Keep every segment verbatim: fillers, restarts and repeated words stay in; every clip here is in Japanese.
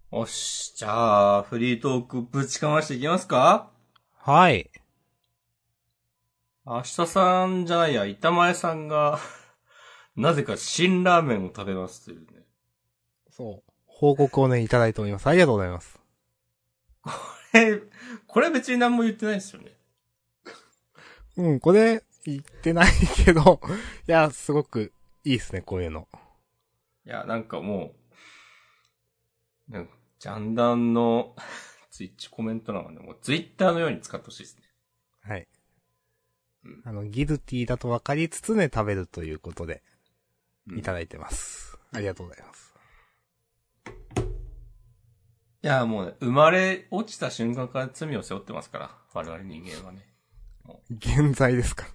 おし、じゃあ、フリートークぶちかましていきますか？ はい。 明日さんじゃないや、板前さんが、なぜか辛ラーメンを食べますというね。 そう。報告をね、いただいております。ありがとうございます。 え、これ別に何も言ってないですよね。 うん、これ、言ってないけど、いや、すごくいいですね、こういうの。 いや、なんかもう、なんかジャンダンのツイッチコメント欄はね、もうツイッターのように使ってほしいですね。 はい。 うん。 あの、ギルティだと分かりつつね、食べるということで、 うん、いいただいてます。ありがとうございます。 や、もうね、生まれ落ちた瞬間から罪を背負ってますから、我々人間はね。 現在ですか？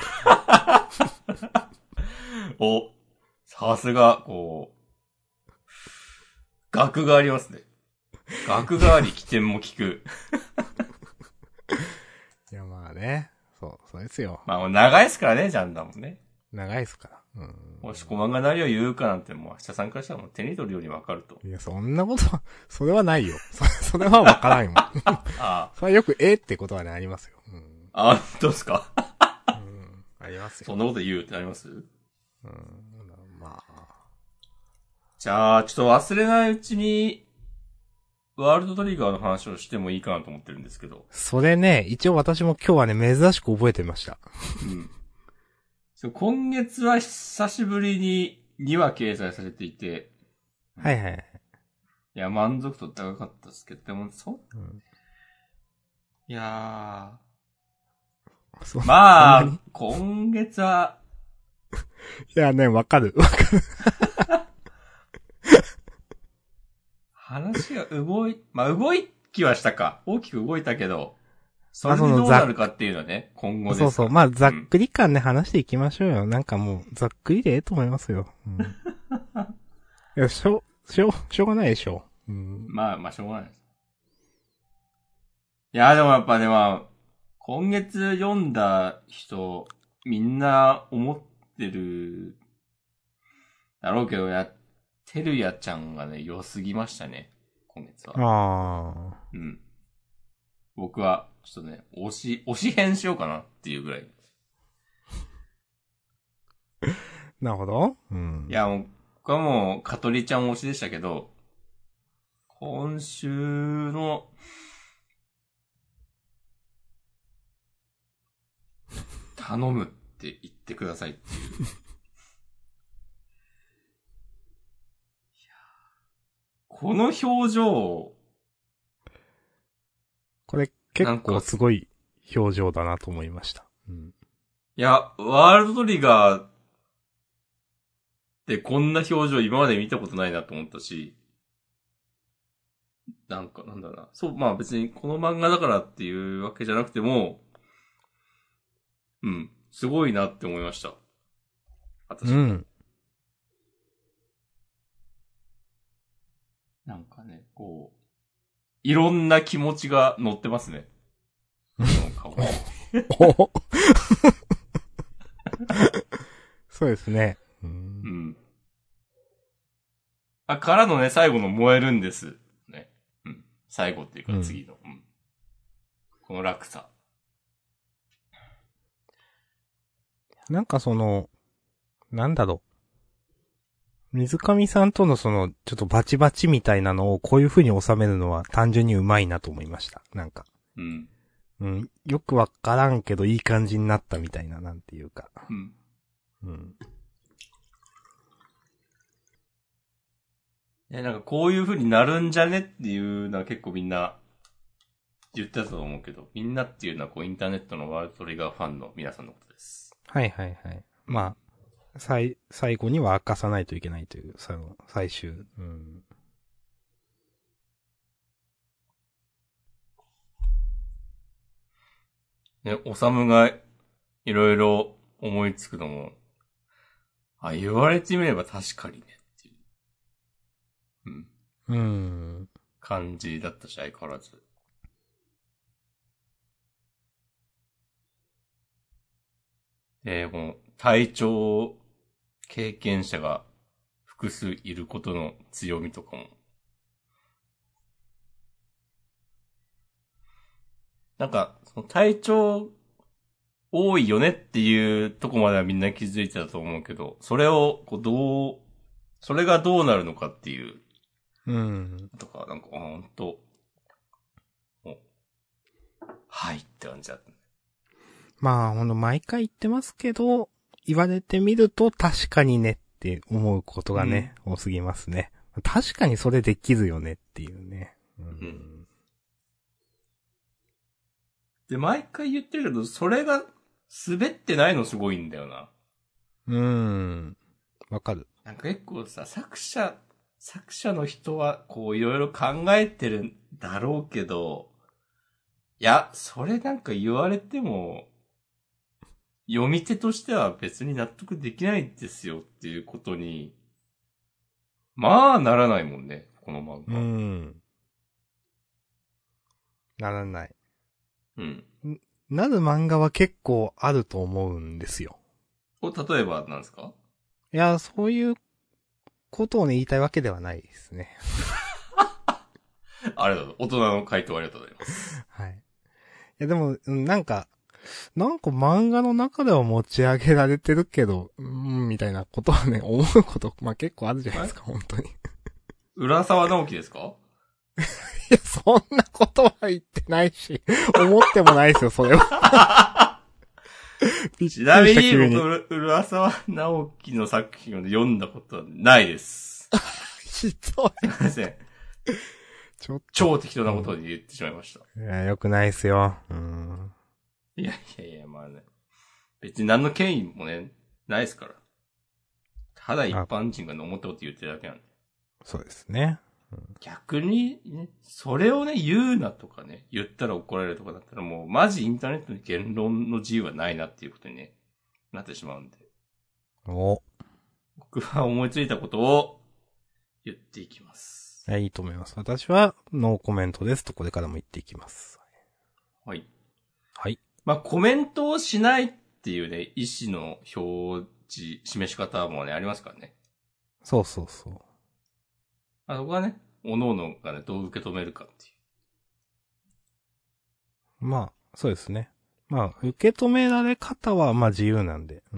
お、さすが、こう、学がありますね。学があり、起点も聞く。 いや、まあね。そう、そうですよ。 まあ、長いですからね、ジャンダンもね。 長いですから。うん。 もし、小漫画何を言うかなんて、もう、明日さんからしたらもう手に取るようにわかると。 いや、そんなことは、それはないよ。そそれは分からんよ。 ああ。 それはよく、えってことはね、ありますよ。うん。 あ、どうですか？ うん。ありますよ。 そんなこと言うってなります？ うん。まあ。 じゃあ、ちょっと忘れないうちに、ワールドトリガーの話をしてもいいかなと思ってるんですけど。 それね、一応私も今日はね、珍しく覚えてました。 うん。今月は久しぶりににわ掲載されていて。 はいはいはい。 いや、満足度高かったですけど、でも、そう、 うん、 いやそー。まあ、 そんなに今月は、 いやね、わかる。わかる。 話が動い、まあ動いきはしたか。大きく動いたけど、それでまあそのどうなるかっていうのはね、今後ですから。 そうそう。まあ、ざっうん、 くり感で話していきましょうよ。なんかもう、ざっくりでええと思いますよ。うん、いや、しょう、しょう、しょうがないでしょう。うん、 まあ、まあ、しょうがないです。いや、でもやっぱね、まあ、今月読んだ人、みんな思ってる、だろうけど、や、てるやちゃんがね、良すぎましたね。今月は。 あうん。僕は、ちょっとね、推し、推し編しようかなっていうぐらい。 ー。なるほど。うん。 いや、もう、僕はもう、カトリちゃん推しでしたけど、今週の、頼むって言ってくださいっていう。この表情、 これ結構すごい表情だなと思いました。うん、 いや、ワールドトリガーってこんな表情今まで見たことないなと思ったし、なんかなんだろうな。そう、まあ別にこの漫画だからっていうわけじゃなくても、うん、すごいなって思いました。私は。 うん。 なんかね、こう、いろんな気持ちが乗ってますね。この顔に。 おそうですね。ううんん。あ、からのね、最後の燃えるんです。ね。うん。最後っていうか次の。うん。うん、この落差。 なんかその、なんだろう。水上さんとのその、ちょっとバチバチみたいなのをこういう風に収めるのは単純にうまいなと思いました。なんか。 うん。 うん。よくわからんけどいい感じになったみたいな、なんていうか。 うん。 うん。 え、なんかこういう風になるんじゃねっていうのは結構みんな言ってたと思うけど、みんなっていうのはこうインターネットのワールドトリガーファンの皆さんのことです。 はいはいはい。 うん、 まあ、最、最後には明かさないといけないという、その、最終。うん。 ね、おさむがいろいろ思いつくのも、あ、言われてみれば確かにねっていう、うん、 うん。 感じだったし、相変わらず。で、もう、体調経験者が複数いることの強みとかも、 なんか、その体調多いよねっていうとこまではみんな気づいてたと思うけど、それを、こう、どう、それがどうなるのかっていう。 うん。 とか、なんか、ほんと、もう、はいって感じだった。 まあ、ほんと毎回言ってますけど、言われてみると確かにねって思うことがね、うん、多すぎますね。確かにそれできるよねっていうね。うん。うん、 で、毎回言ってるけど、それが滑ってないのすごいんだよな。 うーん。わかる。 なんか結構さ、作者、作者の人はこういろいろ考えてるんだろうけど、いや、それなんか言われても、読み手としては別に納得できないんですよっていうことに、まあならないもんね、この漫画。 うん。ならない。 うん。 なる漫画は結構あると思うんですよ。 お、例えばなんですか？ いや、そういうことをね、言いたいわけではないですね。 ありがとう。大人の回答ありがとうございます。 はい。いや、でも、なんか、なんか漫画の中では持ち上げられてるけど、うーん、みたいなことはね、思うこと、まあ、結構あるじゃないですか、本当に。 浦沢直樹ですか？ いや、そんなことは言ってないし、思ってもないですよ、それは。 ちなみに、僕、浦沢直樹の作品を読んだことはないです。 ひどい。 すいません。ちょっと超適当なことを言ってしまいました。 うん、いや、よくないですよ。うん。 いやいやいや、まあね。別に何の権威もね、ないですから。ただ一般人が思ったこと言ってるだけなんで。 そうですね。 うん、逆に、ね、それをね、言うなとかね、言ったら怒られるとかだったらもう、マジインターネットに言論の自由はないなっていうことにね、なってしまうんで。 お。 僕は思いついたことを言っていきます。 いや、いいと思います。私はノーコメントですとこれからも言っていきます。 はい。 はい。 まあ、コメントをしないっていうね、意思の表示、示し方もね、ありますからね。 そうそうそう。 あそこはね、各々がね、どう受け止めるかっていう。 まあ、そうですね。まあ、受け止められ方は、まあ自由なんで、うん。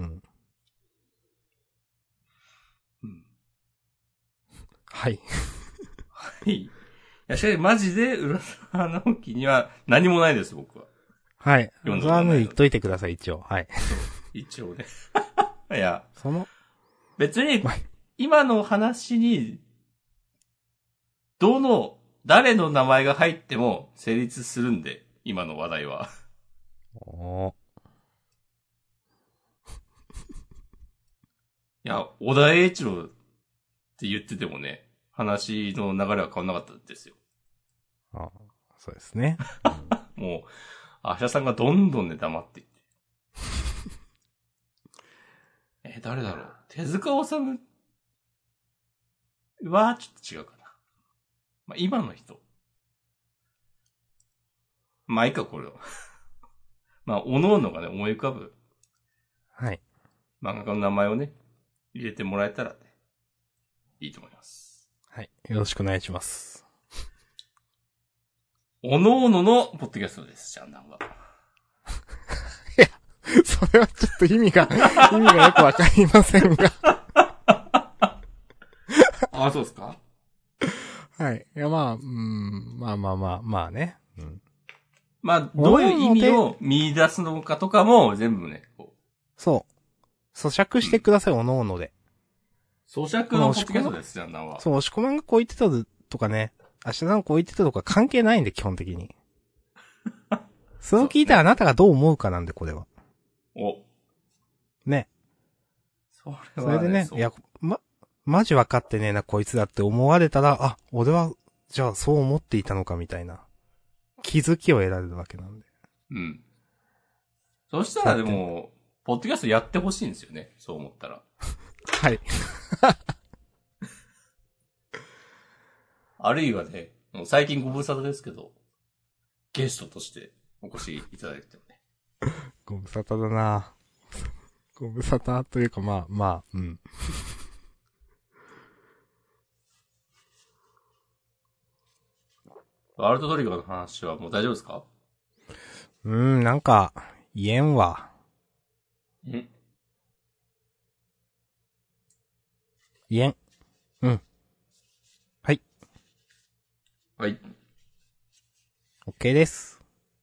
うん。 はい。 はい。いや、しかしマジで浦沢直樹には何もないです、僕は。 はい。それはね、言っといてください、一応。はい。 一応ね。いや、 その、 別に、今の話に、どの、誰の名前が入っても成立するんで、今の話題は。 おー。 いや、小田栄一郎って言っててもね、話の流れは変わんなかったですよ。 ああ、そうですね。 もう、アシャさんがどんどんね、黙っていって。え、誰だろう。手塚治虫は、ちょっと違うかな。まあ、今の人。まあ、いいか、これは。まあ、おのおのがね、思い浮かぶ。 はい。 漫画家の名前をね、入れてもらえたらね、いいと思います。 はい。よろしくお願いします。 おのおののポッドキャストです、ジャンダンは。 いや、それはちょっと意味が、意味がよくわかりませんが。 あ、そうですか？ はい。いや、まあ、うん、まあまあまあ、まあね。うん。 まあ、どういう意味を見出すのかとかも全部ね、こう。 そう。咀嚼してください、うん、おのおので。 咀嚼のポッドキャストです、ジャンダンは。 そう、押し込まんがこう言ってたとかね、明日さんこう言ってたとか関係ないんで、基本的に。それを聞いたらあなたがどう思うかなんで、これは。 お。 ね。 それは、ね、 それでね、いや、ま、マジ分かってねえな、こいつだって思われたら、あ、俺は、じゃあそう思っていたのかみたいな。気づきを得られるわけなんで。 うん。そしたらでも、ポッドキャストやってほしいんですよね。そう思ったら。 はい。 あるいはね、もう最近ご無沙汰ですけど、ゲストとしてお越しいただいてもね。 ご無沙汰だなご無沙汰というか、まあ、まあ、うん。 ワールドトリガーの話はもう大丈夫ですか？ うーん、なんか、言えんわ。 ん言えん。うん。はい。 はい。 OK です。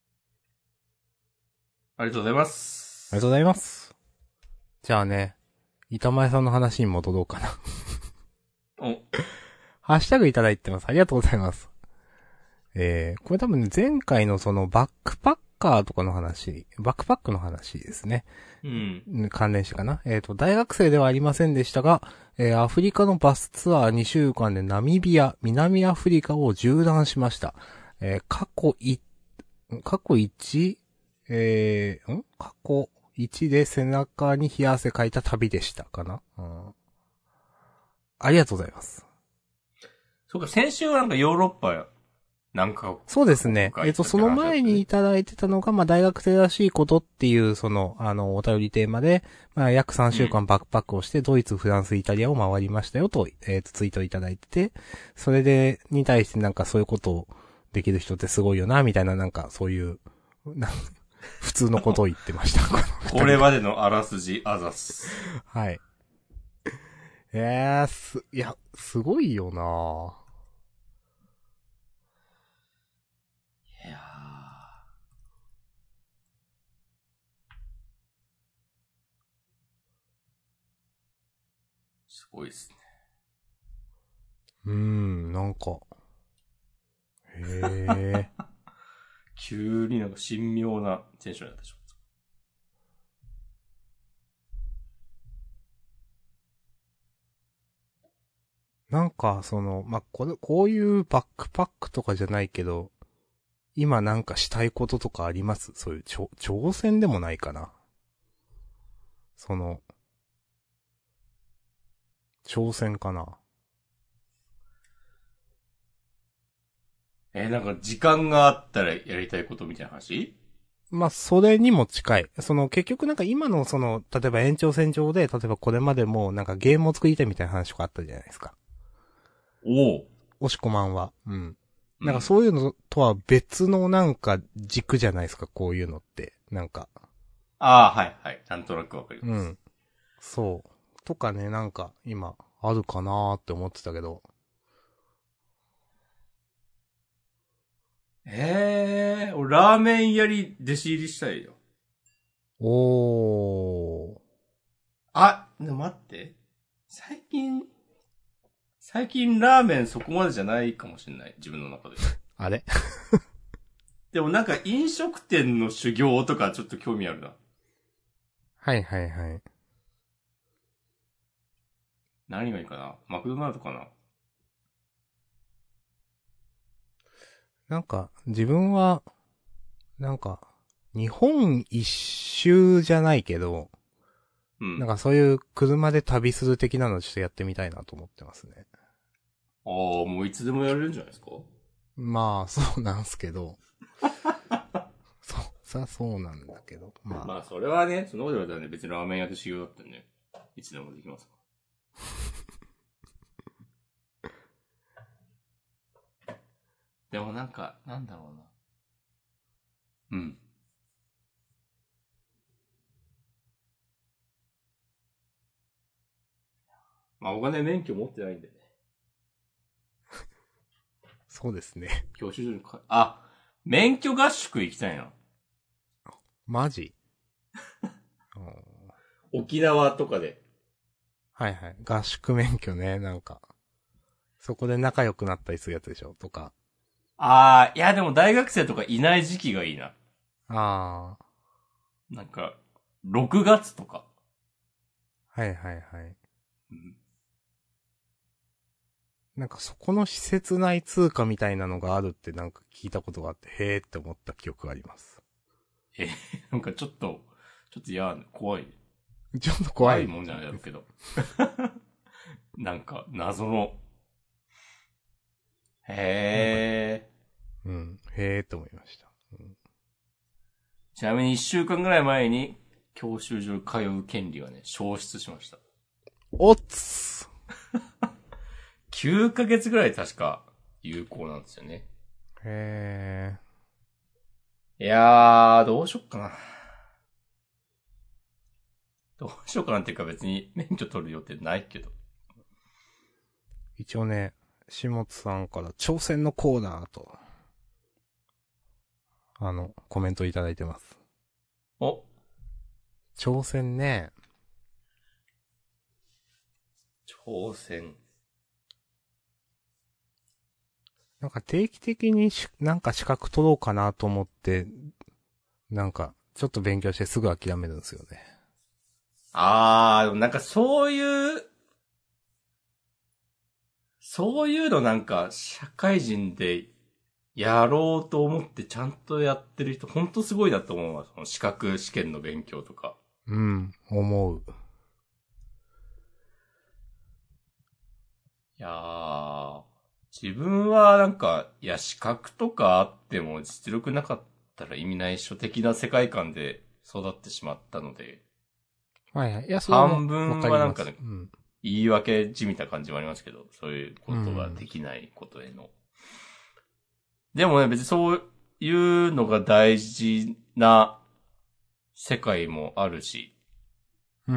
ありがとうございまありす。 がとうございます。じゃあね、板前さんの話に戻ろうかな。 お、 ハッシュタグいただいてます。ありがとうございます。えー、これ多分ね、前回のそのバックパッカーとかの話、バックパックの話ですね。 うん。 関連してかな。えっと、大学生ではありませんでしたが、えーアフリカのバスツアーにしゅうかんでナミビア、南アフリカを縦断しました。えー過去い、過去いち、えー、ん過去いちで背中に冷や汗かいた旅でしたかな、うん、ありがとうございます。 そうか、先週はなんかヨーロッパや。なんか、 そうですね。えっと、その前にいただいてたのが、まあ、大学生らしいことっていう、その、あの、お便りテーマで、まあ、約さんしゅうかんバックパックをして、ドイツ、フランス、イタリアを回りましたよと、えっと、ツイートいただいてて、それで、に対してなんかそういうことをできる人ってすごいよな、みたいな、なんかそういう、な普通のことを言ってました。 これまでのあらすじ、あざす。 はい。えー、す、いや、すごいよないやー、すごいですね。 うーん、なんか、へー。 急になんか神妙なテンションになってしまった。 なんか、その、まあ、これ、こういうバックパックとかじゃないけど、今なんかしたいこととかあります？そういう、ちょ、挑戦でもないかな。その、挑戦かな。 えー、なんか時間があったらやりたいことみたいな話？ まあ、それにも近い。その、結局なんか今のその、例えば延長線上で、例えばこれまでもなんかゲームを作りたいみたいな話とかあったじゃないですか。 おお。 押し込まんは。うん。 うん、 なんかそういうのとは別のなんか軸じゃないですか、こういうのって。なんか。 ああ、はいはい。なんとなくわかります。 うん。そう。とかね、なんか今、あるかなーって思ってたけど。 ええー、俺ラーメン屋に弟子入りしたいよ。 おー。 あ、でも待って。最近、最近ラーメンそこまでじゃないかもしれない。自分の中で。 あれでもなんか飲食店の修行とかちょっと興味あるな。 はいはいはい。 何がいいかな？マクドナルドかな？ なんか、自分は、なんか、日本一周じゃないけど、 うん。 なんかそういう車で旅する的なのちょっとやってみたいなと思ってますね。 ああ、もういつでもやれるんじゃないですか？ まあ、そうなんすけど。そう、さ、そうなんだけど。まあ。 まあ、それはね、そのこと言われたらね、別にラーメン屋で修行だったんで、いつでもできます。でもなんか、なんだろうな。うん。まあ、お金免許持ってないんでね。 そうですね。 教習所にか、あ、免許合宿行きたいな。 マジ沖縄とかで。 はいはい。合宿免許ね、なんか。そこで仲良くなったりするやつでしょとか。 ああ、いやでも大学生とかいない時期がいいな。 ああ。 なんか、ろくがつとか。 はいはいはい。 うん、 なんかそこの施設内通貨みたいなのがあるってなんか聞いたことがあって、へーって思った記憶があります。 え、なんかちょっと、ちょっと嫌、怖い。 ちょっと怖い。 怖いもんじゃないだろうけど。なんか、謎の。へー。うん。へーって思いました。うん、 ちなみに一週間ぐらい前に、教習所通う権利がね、消失しました。 おっつきゅうかげつぐらい確か有効なんですよね。 へいやー、どうしよっかな。どうしようかなっていうか別に免許取る予定ないけど。 一応ね、下津さんから挑戦のコーナーと、あの、コメントいただいてます。 お挑戦ね。 挑戦。 なんか定期的にし、なんか資格取ろうかなと思って、なんか、ちょっと勉強してすぐ諦めるんですよね。 あー、でもなんかそういう、そういうのなんか社会人でやろうと思ってちゃんとやってる人ほんとすごいなと思うわ。その資格試験の勉強とか。 うん、思う。 いやー、自分はなんか、いや資格とかあっても実力なかったら意味ないっしょ的な世界観で育ってしまったので、 はいはい。いや、それはも半う、わ分かります。 はなんかね、 うん。 言い訳じみた感じもありますけど、そういうことがうんできないことへの。でもね、別にそういうのが大事な世界もあるし。 うん。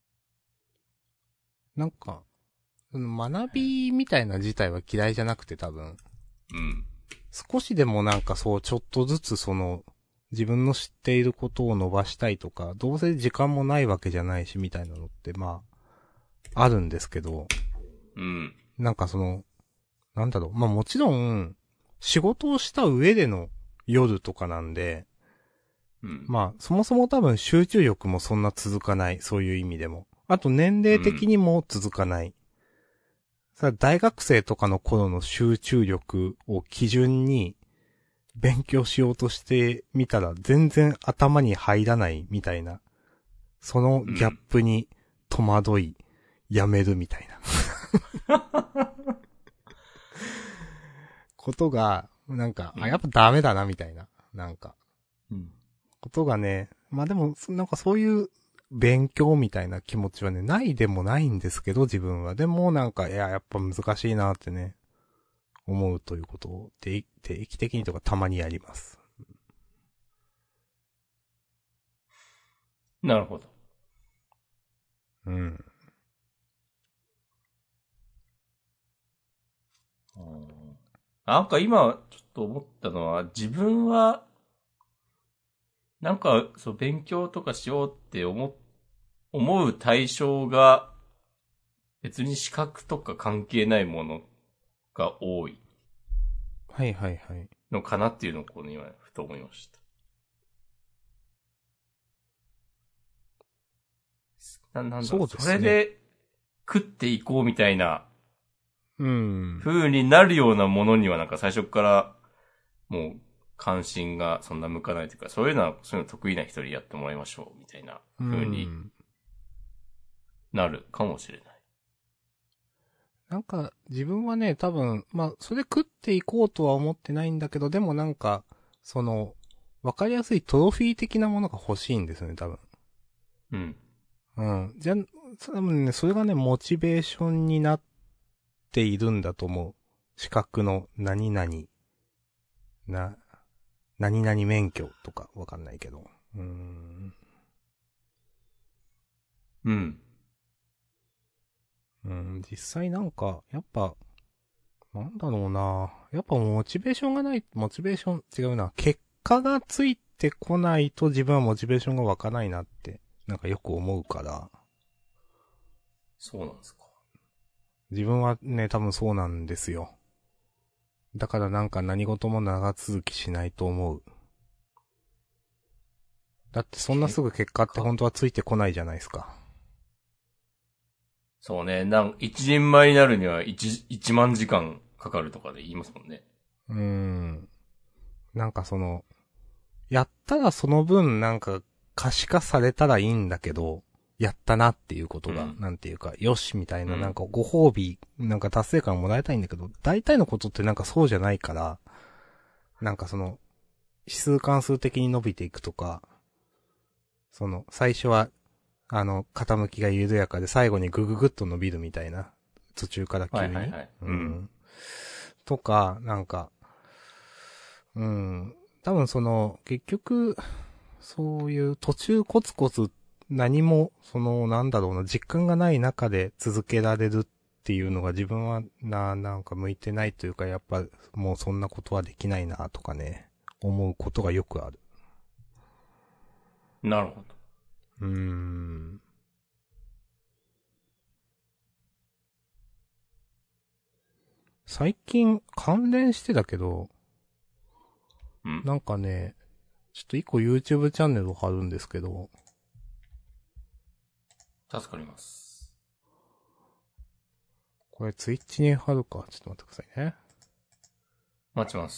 なんか、その学びみたいな自体は嫌いじゃなくて多分、 うん。 少しでもなんかそうちょっとずつその、自分の知っていることを伸ばしたいとか、どうせ時間もないわけじゃないしみたいなのってまあ、あるんですけど、 うん。 なんかその、なんだろう、まあもちろん、仕事をした上での夜とかなんで、 うん。 まあ、そもそも多分集中力もそんな続かない、そういう意味でも。あと年齢的にも続かない。さ、大学生とかの頃の集中力を基準に勉強しようとしてみたら全然頭に入らないみたいな。そのギャップに戸惑い、やめるみたいな。ことが、なんか、あ、やっぱダメだなみたいな。なんか。 うん。 ことがね、まあでも、なんかそういう勉強みたいな気持ちはね、ないでもないんですけど、自分は。でもなんか、いや、やっぱ難しいなってね、思うということを定定期的にとかたまにやります。 なるほど。 うん。 うんなんか今、ちょっと思ったのは、自分は、なんか、そう、勉強とかしようって思、思う対象が、別に資格とか関係ないものが多いはいはいはい。 のかなっていうのをこの今、ふと思いました。な、なんだろう、 そうでそすね。 れで食っていこうみたいなうん。 風になるようなものにはなんか最初からもう関心がそんな向かないというか、そういうのは、そういうの得意な人にやってもらいましょうみたいなう風にん。 なるかもしれない。 なんか、自分はね、多分、まあ、それ食っていこうとは思ってないんだけど、でもなんか、その、わかりやすいトロフィー的なものが欲しいんですよね、多分。 うん。 うん。じゃ、多分ね、それがね、モチベーションになっているんだと思う。資格の何々、な、何々免許とかわかんないけど。うーん。 うん。 うん、実際なんか、やっぱ、なんだろうな。やっぱモチベーションがない、モチベーション、違うな。結果がついてこないと自分はモチベーションが湧かないなって、なんかよく思うから。 そうなんですか。 自分はね、多分そうなんですよ。だからなんか何事も長続きしないと思う。だってそんなすぐ結果って本当はついてこないじゃないですか。 そうね。なん、一人前になるには一、一万時間かかるとかで言いますもんね。 うーん。なんかその、やったらその分なんか可視化されたらいいんだけど、やったなっていうことが、 うんなんていうか、よしみたいな、 うんなんかご褒美、なんか達成感もらいたいんだけど、大体のことってなんかそうじゃないから、なんかその、指数関数的に伸びていくとか、その、最初は、あの、傾きが緩やかで最後にグググッと伸びるみたいな、途中から急に。 はいはいはい。 ううん。 ん。とか、なんか、うん。 多分その、結局、そういう途中コツコツ何も、その、なんだろうな、実感がない中で続けられるっていうのが自分はな、なんか向いてないというか、やっぱもうそんなことはできないなとかね、思うことがよくある。 なるほど。 うーん。最近関連してたけど、 うん。 なんかね、ちょっと一個 YouTube チャンネルを貼るんですけど、 助かります。 これ Twitch に貼るか。ちょっと待ってくださいね。 待ちます。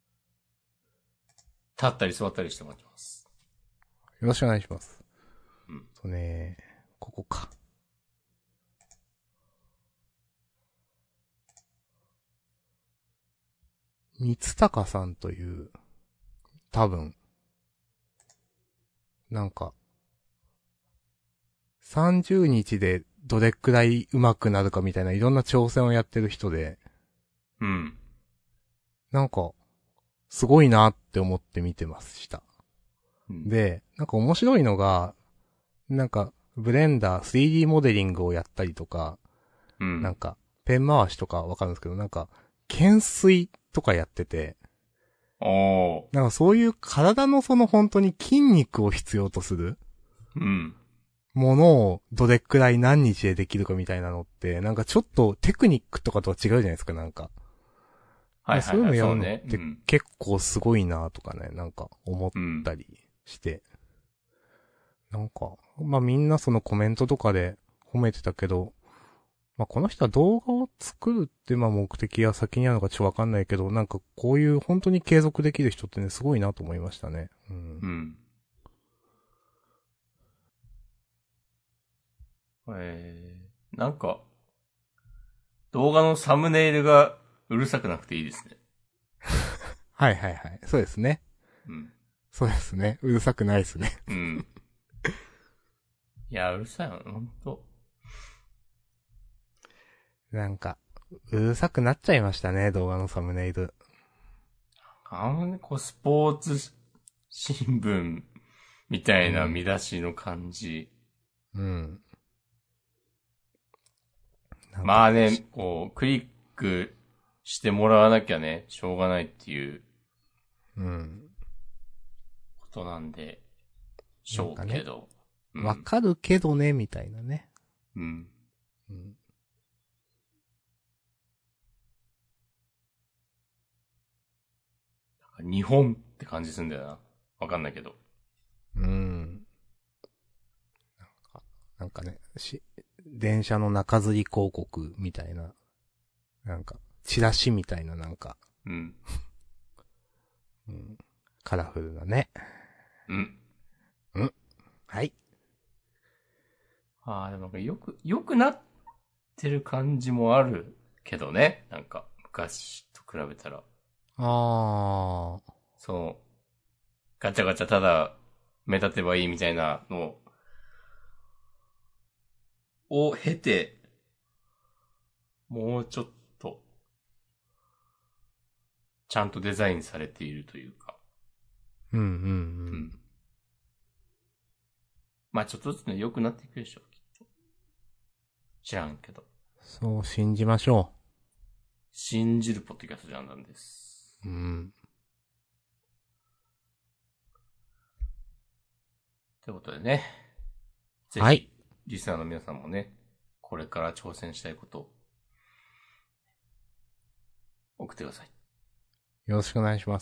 立ったり座ったりして待ちます。 よろしくお願いします。 うん。 そうね、ここか。三鷹さんという、多分、なんか、さんじゅうにちでどれくらい上手くなるかみたいないろんな挑戦をやってる人で、 うん。 なんか、すごいなって思って見てました。 うん、 で、なんか面白いのが、なんか、ブレンダー スリーディー モデリングをやったりとか、 うん。 なんか、ペン回しとかわかるんですけど、なんか、懸垂とかやってて、 おー。 なんかそういう体のその本当に筋肉を必要とするうん。 ものをどれくらい何日でできるかみたいなのって、なんかちょっとテクニックとかとは違うじゃないですか、なんか。 はいはいはい。 そういうのやるのっそうてね。 結構すごいなとかね、なんか思ったりして。なんか、まあみんなそのコメントとかで褒めてたけど、まあこの人は動画を作るってまあ目的が先にあるのかちょっとわかんないけど、なんかこういう本当に継続できる人ってね、すごいなと思いましたね。うん。 うん。えー、なんか、動画のサムネイルがうるさくなくていいですね。 はいはいはい。そうですね。 うん。 そうですね。うるさくないですね。 うん。いや、うるさいよ、ほんと。 なんか、うるさくなっちゃいましたね、動画のサムネイル。 あんまね、こう、スポーツ新聞みたいな見出しの感じ。 うん。うん、 まあね、こう、クリックしてもらわなきゃね、しょうがないっていううん。 ことなんで、しょうけど。 わ、ね、かるけどね、みたいなね。 うん。 うん。 日本って感じするんだよな。わかんないけど。 うん。なんか、なんかね、し、電車の中吊り広告みたいな、なんか、チラシみたいななんか、 うん。 うん。カラフルなね。 うん。 うん。はい。 ああ、でもなんかよく、良くなってる感じもあるけどね。なんか、昔と比べたら。 あー。 そう。ガチャガチャただ目立てばいいみたいなのを経て、もうちょっと、ちゃんとデザインされているというか。 うんうんうん。 うん。まあちょっとずつね、良くなっていくでしょう、きっと。知らんけど。 そう信じましょ信じるポッドキャストジャンダンです。 う。うん。 ということでね。ぜひ、 はい、 リスナーの皆さんもね、これから挑戦したいことを送ってください。 よろしくお願いします。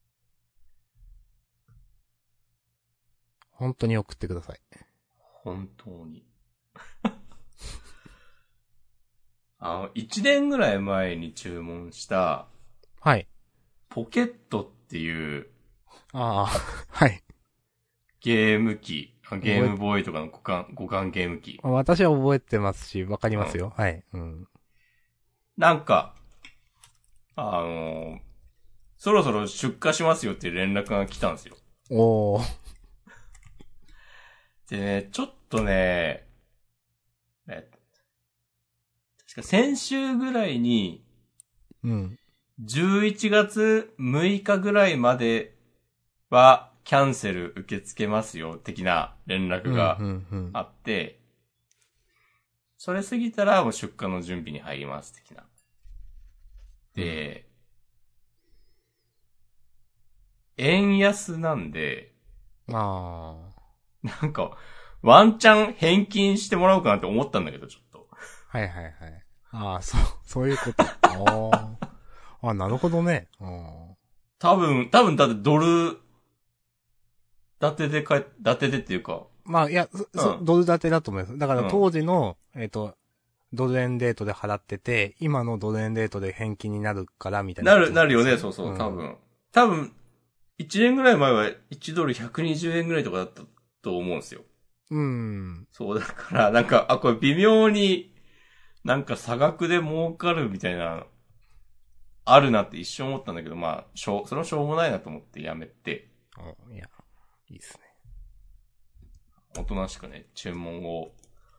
本当に送ってください。 本当に。あの、一年ぐらい前に注文した、 はい。 ポケットっていう、 ああ、はい。 ゲーム機、ゲームボーイとかの互換、互換ゲーム機。 私は覚えてますし、わかりますよ。うん、はい。うん。 なんか、あのー、そろそろ出荷しますよっていう連絡が来たんですよ。 おー。 でね、ちょっとね、え、確か先週ぐらいに、 うん。 じゅういちがつむいかぐらいまではキャンセル受け付けますよ、的な連絡があって、うんうんうん、それ過ぎたらもう出荷の準備に入ります、的な。で、うん、円安なんで、 ああ。なんか、ワンチャン返金してもらおうかなって思ったんだけど、ちょっと。 はいはいはい。ああ、そう、そういうこと。ああ、なるほどね。あ多分、多分だってドル、建てで買え、建てでっていうか。 まあ、いや、そ、うん、ドル建てだと思います。だから当時の、うん、えっ、ー、と、ドル円レートで払ってて、今のドル円レートで返金になるから、みたいな、 なる、なるよね、そうそう、多分。うん、多分、いちねんぐらい前はいちドルひゃくにじゅうえんぐらいとかだったと思うんですよ。 うん。 そう、だから、なんか、あ、これ微妙に、なんか差額で儲かるみたいな、あるなって一瞬思ったんだけど、まあ、しょう、それはしょうもないなと思ってやめて。 うん、いや、いいですね。 おとなしくね、注文を、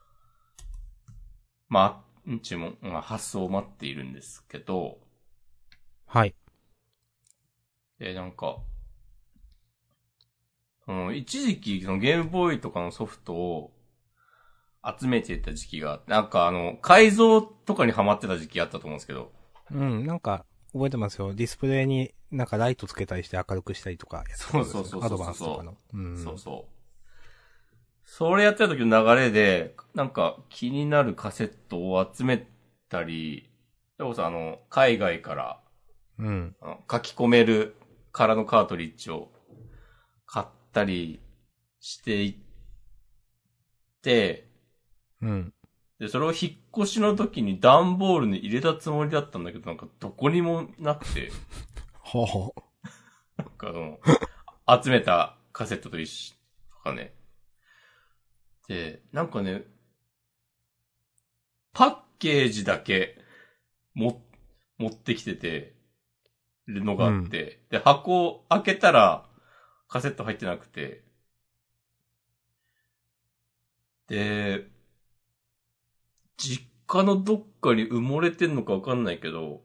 まあ、注文、まあ、発送を待っているんですけど。 はい。 で、なんか、その、一時期、そのゲームボーイとかのソフトを集めていた時期が、なんかあの、改造とかにハマってた時期あったと思うんですけど。 うん、なんか、覚えてますよ。ディスプレイになんかライトつけたりして明るくしたりとか、ね。 そうそうそうそうそう。 アドバンスとかの。 うん、そうそう。それやってた時の流れで、なんか気になるカセットを集めたり、でもさ、あの、海外から、 うん。 書き込める空のカートリッジを買ったりしていって、 うん。 で、それを引っ越しの時に段ボールに入れたつもりだったんだけど、なんかどこにもなくて。 はは。 なんかその、集めたカセットと一緒とかね。で、なんかね、パッケージだけも、持ってきてて、るのがあって、うん、で、箱を開けたらカセット入ってなくて、で、実家のどっかに埋もれてんのかわかんないけど、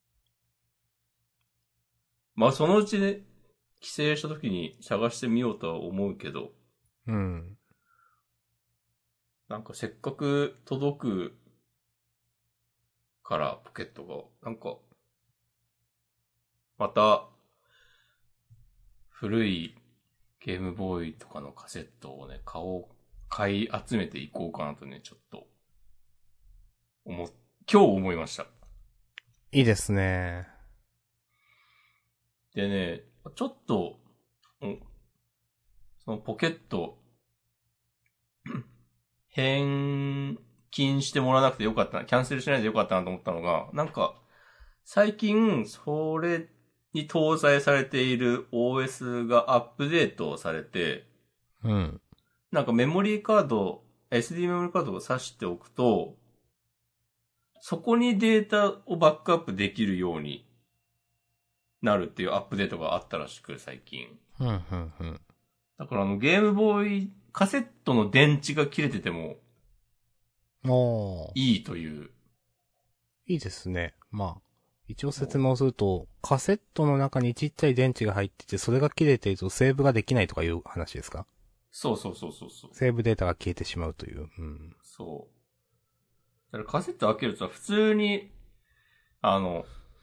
まあそのうちね、帰省した時に探してみようとは思うけど、 うん。 なんかせっかく届くからポケットが、なんか、また、古いゲームボーイとかのカセットをね、買おう、買い集めていこうかなとね、ちょっと、思、今日思いました。 いいですね。 でね、ちょっと、そのポケット、返金してもらわなくてよかったな、キャンセルしないでよかったなと思ったのが、なんか、最近、それに搭載されている オーエス がアップデートされて、 うん。 なんかメモリーカード、エスディー メモリーカードを挿しておくと、そこにデータをバックアップできるようになるっていうアップデートがあったらしく、最近。 うん、うん、うん。 だからあのゲームボーイ、カセットの電池が切れてても、いいという。 いいですね。まあ、一応説明をすると、カセットの中にちっちゃい電池が入ってて、それが切れているとセーブができないとかいう話ですか？ そうそうそうそうそう。 セーブデータが消えてしまうという。うん。 そう。だからカセット開けると普通に、あの、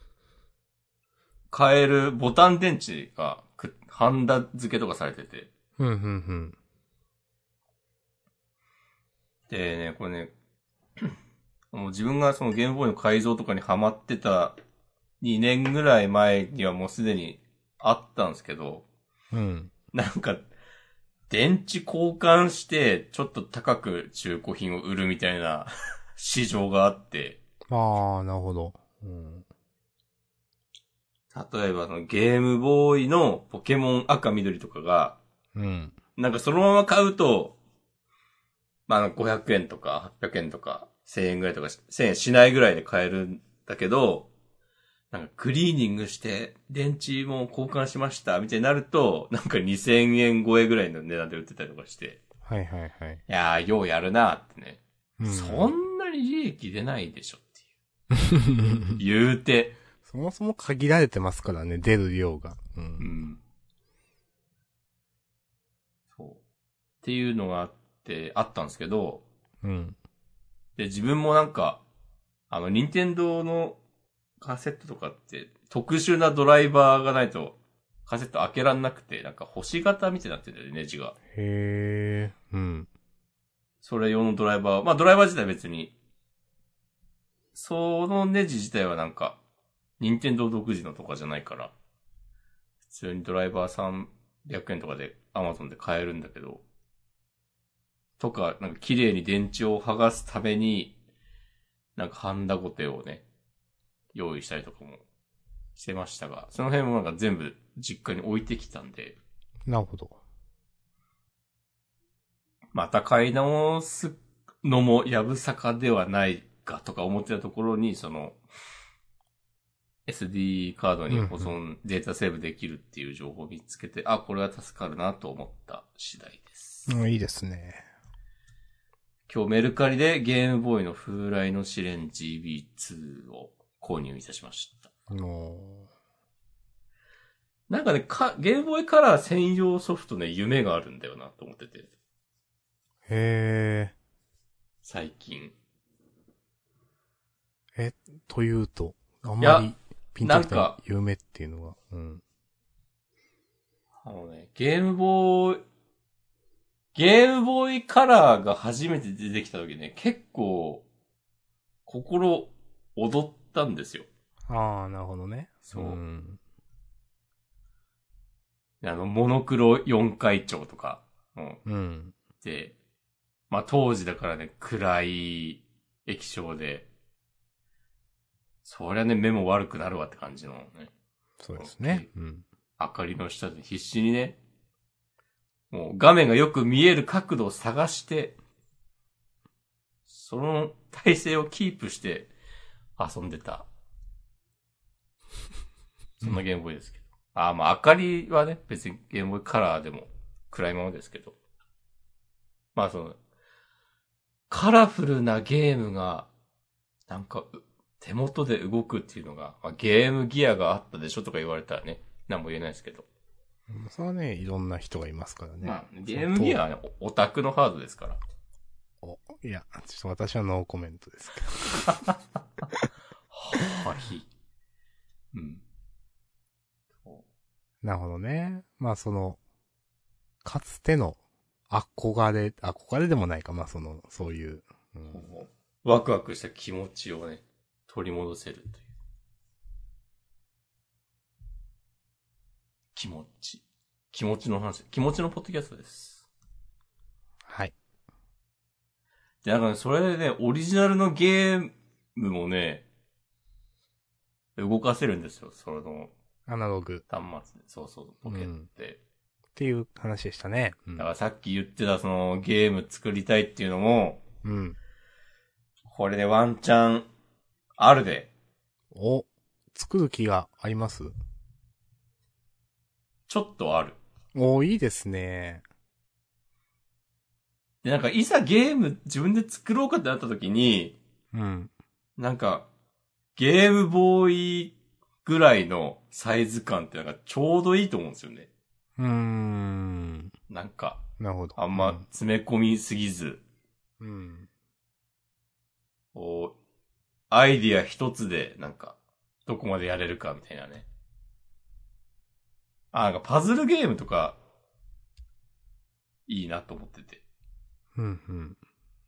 買えるボタン電池がハンダ付けとかされてて。 うん、うん、うん。 でね、これね、もう自分がそのゲームボーイの改造とかにハマってたにねんぐらい前にはもうすでにあったんですけど、 うん。 なんか、電池交換してちょっと高く中古品を売るみたいな市場があって。 ああ、なるほど。うん、 例えばそのゲームボーイのポケモン赤緑とかが、 うん。 なんかそのまま買うと、まあごひゃくえんとかはっぴゃくえんとかせんえんぐらいとかせんえんしないぐらいで買えるんだけど、なんかクリーニングして電池も交換しましたみたいになると、なんかにせんえん超えぐらいの値段で売ってたりとかして。 はいはいはい。 いやー、ようやるなーってね、うん。そんなに利益出ないでしょっていう。言うて。 そもそも限られてますからね、出る量が。うん。 うん。そう。っていうのがあって、あったんですけど、 うん。 で、自分もなんか、あの、任天堂のカセットとかって、特殊なドライバーがないと、カセット開けらんなくて、なんか星型みたいになってるんだよね、ネジが。 へー。うん。 それ用のドライバー、まあドライバー自体は別に、そのネジ自体はなんか、任天堂独自のとかじゃないから、普通にドライバーさんびゃくえんとかで Amazon で買えるんだけど、とか、なんか綺麗に電池を剥がすために、なんかハンダゴテをね、用意したりとかもしてましたが、その辺もなんか全部実家に置いてきたんで、 なるほど。 また買い直すのもやぶさかではないかとか思ってたところに、その、エスディー カードに保存、うんうん、データセーブできるっていう情報を見つけて、あ、これは助かるなと思った次第です。 うん、いいですね。 今日メルカリでゲームボーイの風来の試練 ジービーツー を購入いたしました。 のなんかねか、ゲームボーイカラー専用ソフトね、夢があるんだよなと思ってて。 へー。 最近。 え、というと、あんまりピンときた夢っていうのが。うん。 あのね、ゲームボーイ、ゲームボーイカラーが初めて出てきた時ね、結構、心踊ったんですよ。 ああ、なるほどね。 そう。 うん、 あの、モノクロ四回調とか、うん。 うん。 で、まあ当時だからね、暗い液晶で、そりゃね、目も悪くなるわって感じのね。 そうですね。うん。 明かりの下で必死にね、もう画面がよく見える角度を探して、その体勢をキープして遊んでた。そんなゲームボーイですけど。うん、ああ、まあ明かりはね、別にゲームボーイカラーでも暗いままですけど。まあその、カラフルなゲームが、なんか、手元で動くっていうのが、まあ、ゲームギアがあったでしょとか言われたらね、何も言えないですけど。 それはね、いろんな人がいますからね。 まあ、ゲームギアはね、オタクのハードですから。 お、いや、ちょっと私はノーコメントですけど。 はい。うん。 なるほどね。まあその、かつての憧れ、憧れでもないか、まあその、そういう、うん、 ワクワクした気持ちをね、取り戻せるという。気持ち。気持ちの話。気持ちのポッドキャストです。 はい。 で、なんかね、それでね、オリジナルのゲームもね、動かせるんですよ、その。 アナログ。 端末で。そうそう、ポケットで、うん。 っていう話でしたね。 うん、だからさっき言ってたそのゲーム作りたいっていうのも、 うん。 これでワンチャン、あるで。 お、作る気があります？ ちょっとある。 お、いいですね。 で、なんかいざゲーム自分で作ろうかってなった時に、 うん。 なんか、ゲームボーイぐらいのサイズ感ってなんかちょうどいいと思うんですよね。 うーん。 なんか、 なるほど。 あんま詰め込みすぎず、 うん。 こう、アイディア一つでなんか、どこまでやれるかみたいなね。あ、なんかパズルゲームとか、いいなと思ってて。 うんうん。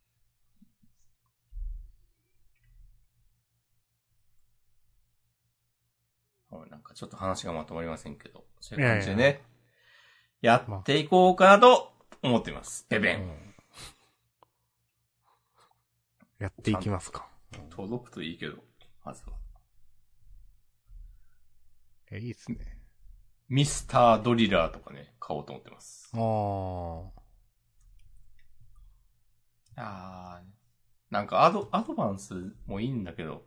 なんかちょっと話がまとまりませんけど、そういう感じでね、いやいややっていこうかなと思っています。ペペン、うん。 やっていきますか。 届くといいけど、まずは。 え、いいっすね。 ミスタードリラーとかね、買おうと思ってます。 あー。 あー。なんかアド、アドバンスもいいんだけど、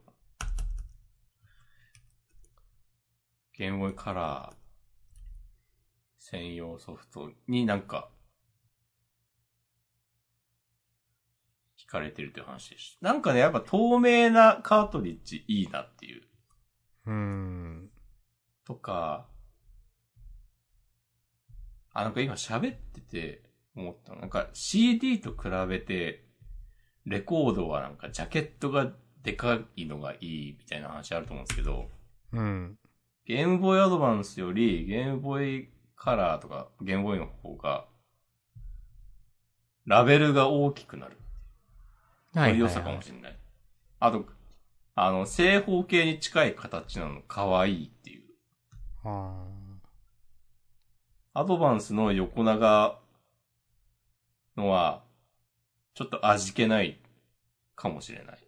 ゲームボーイカラー専用ソフトになんか、惹かれてるという話でした。なんかね、やっぱ透明なカートリッジいいなっていう。 うーん。 とか、あ、なんか今喋ってて思ったの。なんか シーディー と比べて、レコードはなんかジャケットがでかいのがいいみたいな話あると思うんですけど、 うん。 ゲームボーイアドバンスよりゲームボーイカラーとかゲームボーイの方が、ラベルが大きくなる。 はいはい、はい。 そういう良さかもしれない。あと、あの、正方形に近い形なの可愛いっていう。 あアドバンスの横長のは、ちょっと味気ないかもしれない。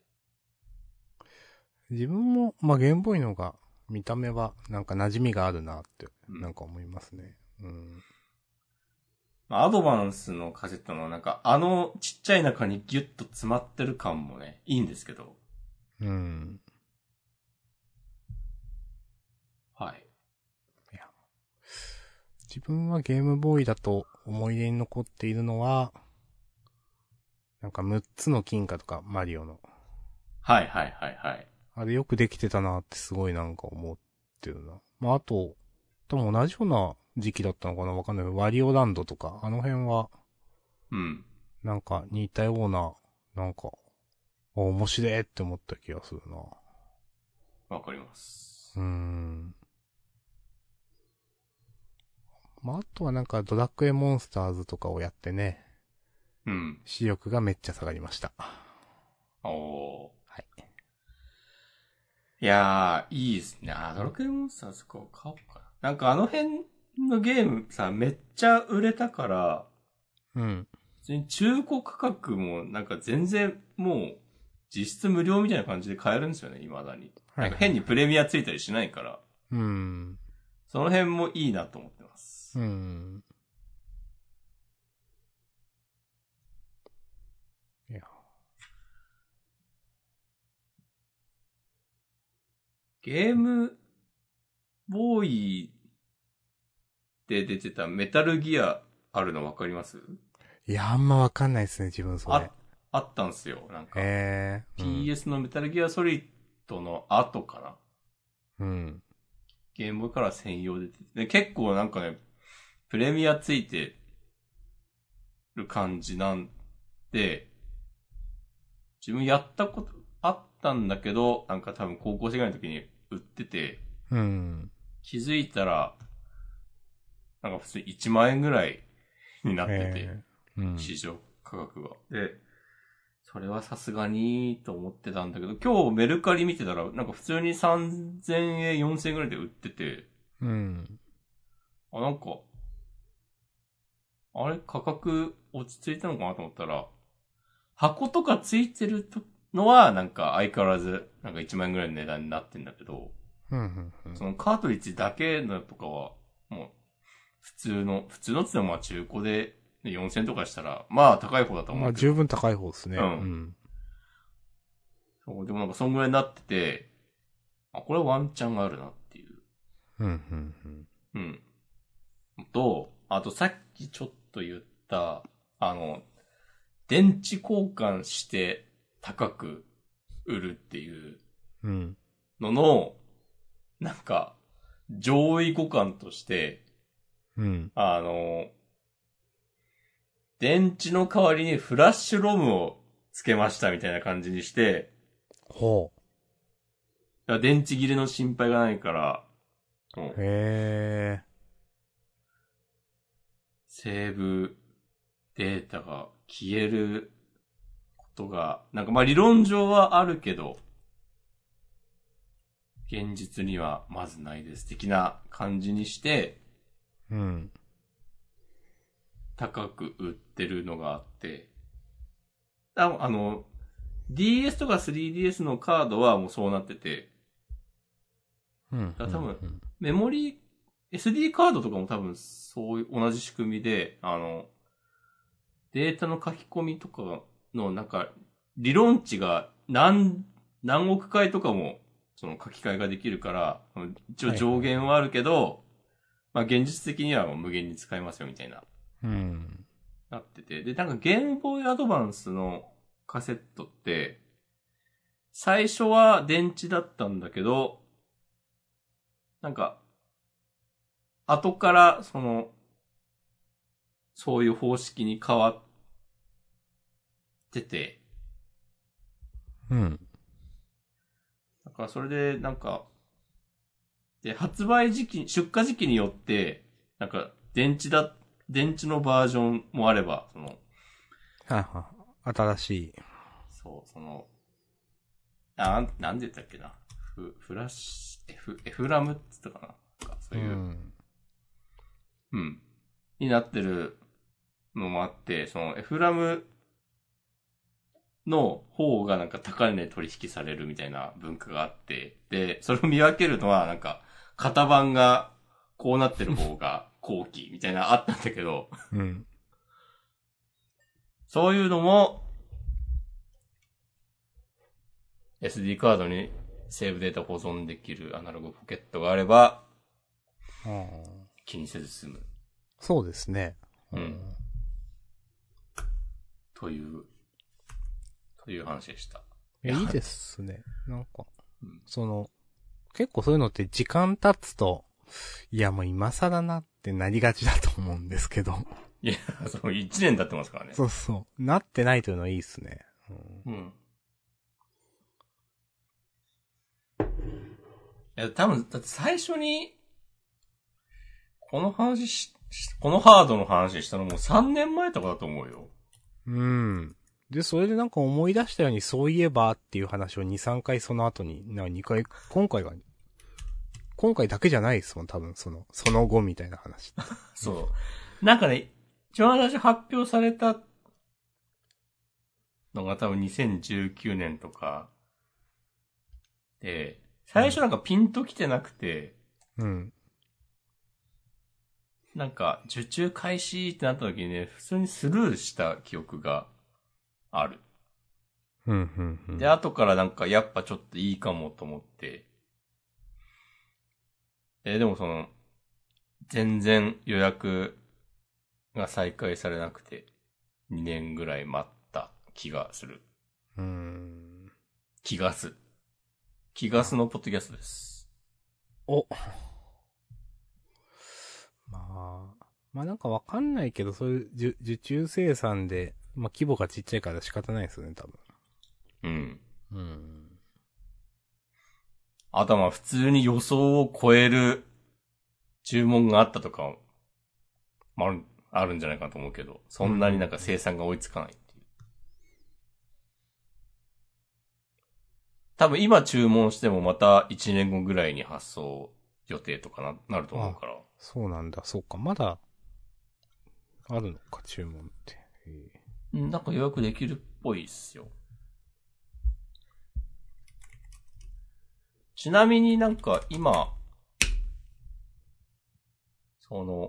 自分も、まあ、ゲームボーイの方が、見た目は、なんか馴染みがあるなって、 うん、 なんか思いますね。うん。 アドバンスのカセットのなんか、あのちっちゃい中にギュッと詰まってる感もね、いいんですけど。 うん。 はい。 いや。自分はゲームボーイだと思い出に残っているのは、なんかむっつの金貨とか、マリオの。 はいはいはいはい。 あれよくできてたなってすごいなんか思ってるな。まあ、あと、多分同じような時期だったのかなわかんないけど、ワリオランドとか、あの辺は、 うん。 なんか似たような、なんか、あ面白いって思った気がするな。 わかります。 うーん。まあ、あとはなんかドラクエモンスターズとかをやってね、 うん。 視力がめっちゃ下がりました。 おー。 はい。 いやー、いいですね。あ、ドラクエモンスターズか買おうかな。なんかあの辺のゲームさ、めっちゃ売れたから、 うん。 普通に中古価格もなんか全然もう実質無料みたいな感じで買えるんですよね、未だに。 はい、はい。 なんか変にプレミアついたりしないから。 うーん。 その辺もいいなと思ってます。 うーん。いや。 ゲームボーイで出てたメタルギアあるのわかります？ いや、あんまわかんないですね、自分それ。 あ、あったんすよ。なんか、 ええー。うん、 ピーエス のメタルギアソリッドの後かな。 うん。 ゲームボーイから専用で出てて。で、結構なんかね、プレミアついてる感じなんで、自分やったことあったんだけど、なんか多分高校生ぐらいの時に売ってて、 うん。 気づいたら、なんか普通にいちまん円ぐらいになってて、 えー、うん。 市場価格が。で、それはさすがにと思ってたんだけど、今日メルカリ見てたら、なんか普通にさんぜんえん、よんせんえんぐらいで売ってて、 うん。 あ、なんか、あれ価格落ち着いたのかなと思ったら、箱とかついてるのはなんか相変わらずなんかいちまん円ぐらいの値段になってんだけど、 うん、うん、 そのカートリッジだけのとかは、もう、普通の、普通のって言ってもまあ中古でよんせんえんとかしたら、まあ高い方だとうん。まあ、 思うけど。 十分高い方ですね。 うん。 うん。 そう、でもなんかそんぐらいになってて、あ、これはワンチャンあるなっていう。 うん、うん、うん。 うん。と、あとさっきちょっと言った、あの、電池交換して高く売るっていううん。 のの、なんか、上位互換として、 うん。 あの、電池の代わりにフラッシュロムをつけましたみたいな感じにして、 ほだから電池切れの心配がないから、もう。 うへえ。 セーブデータが消えることが、なんかまあ理論上はあるけど、現実にはまずないです的な感じにして、 うん。 高く売ってるのがあって、ああの、ディーエス とか スリーディーエス のカードはもうそうなってて、 うん。 だから多分うん、 メモリー、エスディー カードとかも多分そういう同じ仕組みで、あの、データの書き込みとかのなんか、理論値が何、何億回とかもその書き換えができるから、一応上限はあるけど、まあ現実的にはもう無限に使えますよみたいな。 うん。 なってて。で、なんかゲームボーイアドバンスのカセットって、最初は電池だったんだけど、 なんか、後から、その、そういう方式に変わってて、 うん。 だからそれで、なんか、で、発売時期、出荷時期によって、なんか、電池だ、電池のバージョンもあれば、その、 はは。新しい。 そう、その、あ、なんなんで言ったっけな。フ、フラッシュ、F、F ラムって言ったかな。なんかそういう、うん、うん、になってるのもあって、その F ラムの方がなんか高値で取引されるみたいな文化があって、で、それを見分けるのはなんか、型番がこうなってる方が後期みたいなあったんだけど、 うん。 そういうのも、エスディー カードにセーブデータ保存できるアナログポケットがあれば、気にせず済む。 そうですね。 うん。という、という話でした。 いや、いいですね。なんか、 うん、 その、結構そういうのって時間経つと、いやもう今更なってなりがちだと思うんですけど。 いや、そう、一年経ってますからね。 そうそう。なってないというのはいいっすね。 うん。うん、いや、多分、だって最初に、この話し、このハードの話したのもうさんねんまえとかだと思うよ。 うん。で、それでなんか思い出したように、そういえばっていう話をに、さんかいその後に、な、にかい、今回が、今回だけじゃないですもん、多分、その、その後みたいな話。 そう。なんかね、一番最初発表されたのが多分にせんじゅうきゅうねんとかで、最初なんかピンときてなくて、 うん。 なんか受注開始ってなった時にね、普通にスルーした記憶がある。 うん、うん、うん。 で、後からなんかやっぱちょっといいかもと思って、えーでもその、全然予約が再開されなくて、にねんぐらい待った気がする。 うーん。 気がす。気がすのポッドキャストです。 お。まあ、まあなんかわかんないけど、そういう受受注生産で、まあ規模がちっちゃいから仕方ないですよね、多分。 うん。 うん。 あとはまあ普通に予想を超える注文があったとか、まあ、あるんじゃないかなと思うけど、そんなになんか生産が追いつかないっていう。多分今注文してもまたいちねんごぐらいに発送予定とかな、なると思うから。 そうなんだ、そうか。まだ、あるのか、注文って。 うん、なんか予約できるっぽいっすよ。ちなみになんか今、その、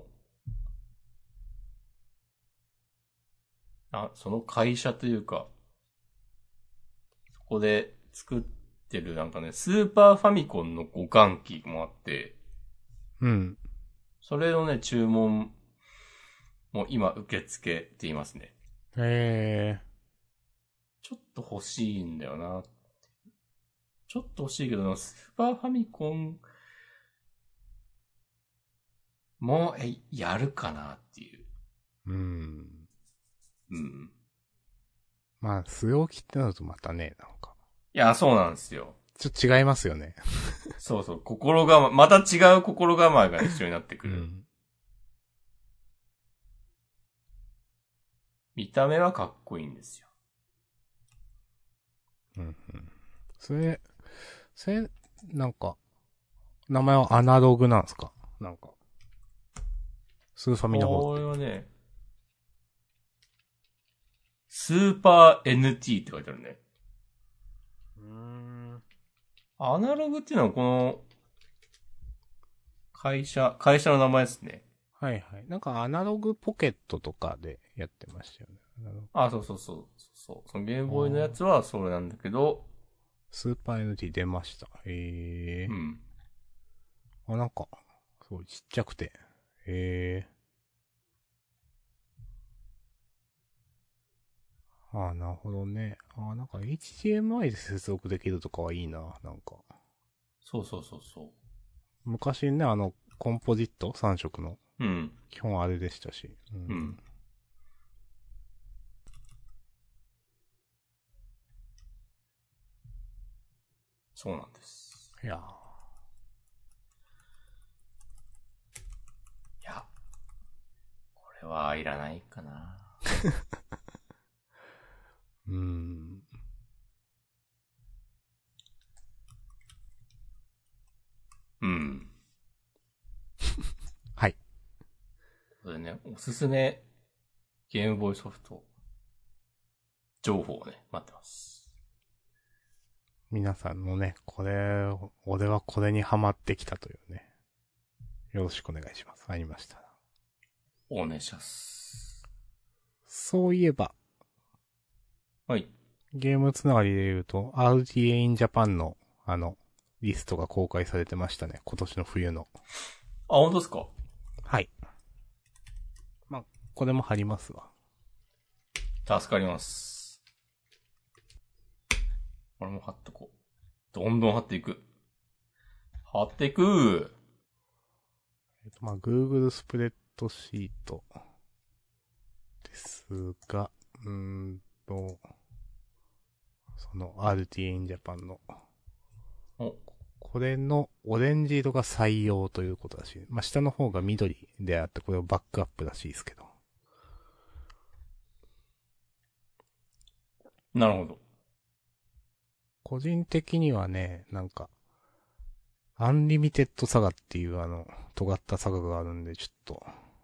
あ、その会社というか、そこで作ってるなんかね、スーパーファミコンの互換機もあって、 うん。 それのね、注文も今受け付けていますね。 へえ。 ちょっと欲しいんだよな。ちょっと欲しいけど、スーパーファミコンも、え、やるかなっていう。 うん。 うん。 まあ、据え置きってなるとまたね、なんか。 いや、そうなんですよ。 ちょっと違いますよね。 そうそう、心構え、また違う心構えが必要になってくる。 うん。 見た目はかっこいいんですよ。 うん、うん。それ、それ、なんか、名前はアナログなんですか？なんか。スーファミの方こって。 れはね、スーパー エヌティー って書いてあるね。 うーん。 アナログっていうのはこの、会社、会社の名前ですね。 はいはい。なんかアナログポケットとかでやってましたよね。 あ、そうそうそう。そう。そのゲームボーイのやつはそれなんだけど、 スーパー エヌティー 出ました。へえ。 うん。 あ、なんか、すごいちっちゃくて。へえ。ああ、なるほどね。ああ、なんか エイチディーエムアイ で接続できるとかはいいな、なんか。 そうそうそうそう。 昔ね、あの、コンポジットさん色の。 うん。 基本あれでしたし。うん。 うん。そうなんです。 いやー。 いや、これはいらないかな。 うーん。 うん。 はい。 これね、おすすめゲームボーイソフト情報をね、待ってます。 皆さんのね、これ、俺はこれにハマってきたというね。よろしくお願いします。ありましたら。 お願いします。 そういえば、 はい。 ゲームつながりで言うと、アールティーエー in Japan の、あの、リストが公開されてましたね。今年の冬の。 あ、本当ですか？ はい。まあ、これも貼りますわ。 助かります。これも貼っとこう。どんどん貼っていく。貼っていく。 えっと、まあ、Google スプレッドシートですが、うーんと、その アールティーエー in Japan の、 お、 これのオレンジ色が採用ということらしい。まあ、下の方が緑であって、これをバックアップらしいですけど。 なるほど。 個人的にはね、なんか、アンリミテッドサガっていうあの、尖ったサガがあるんで、ちょっと、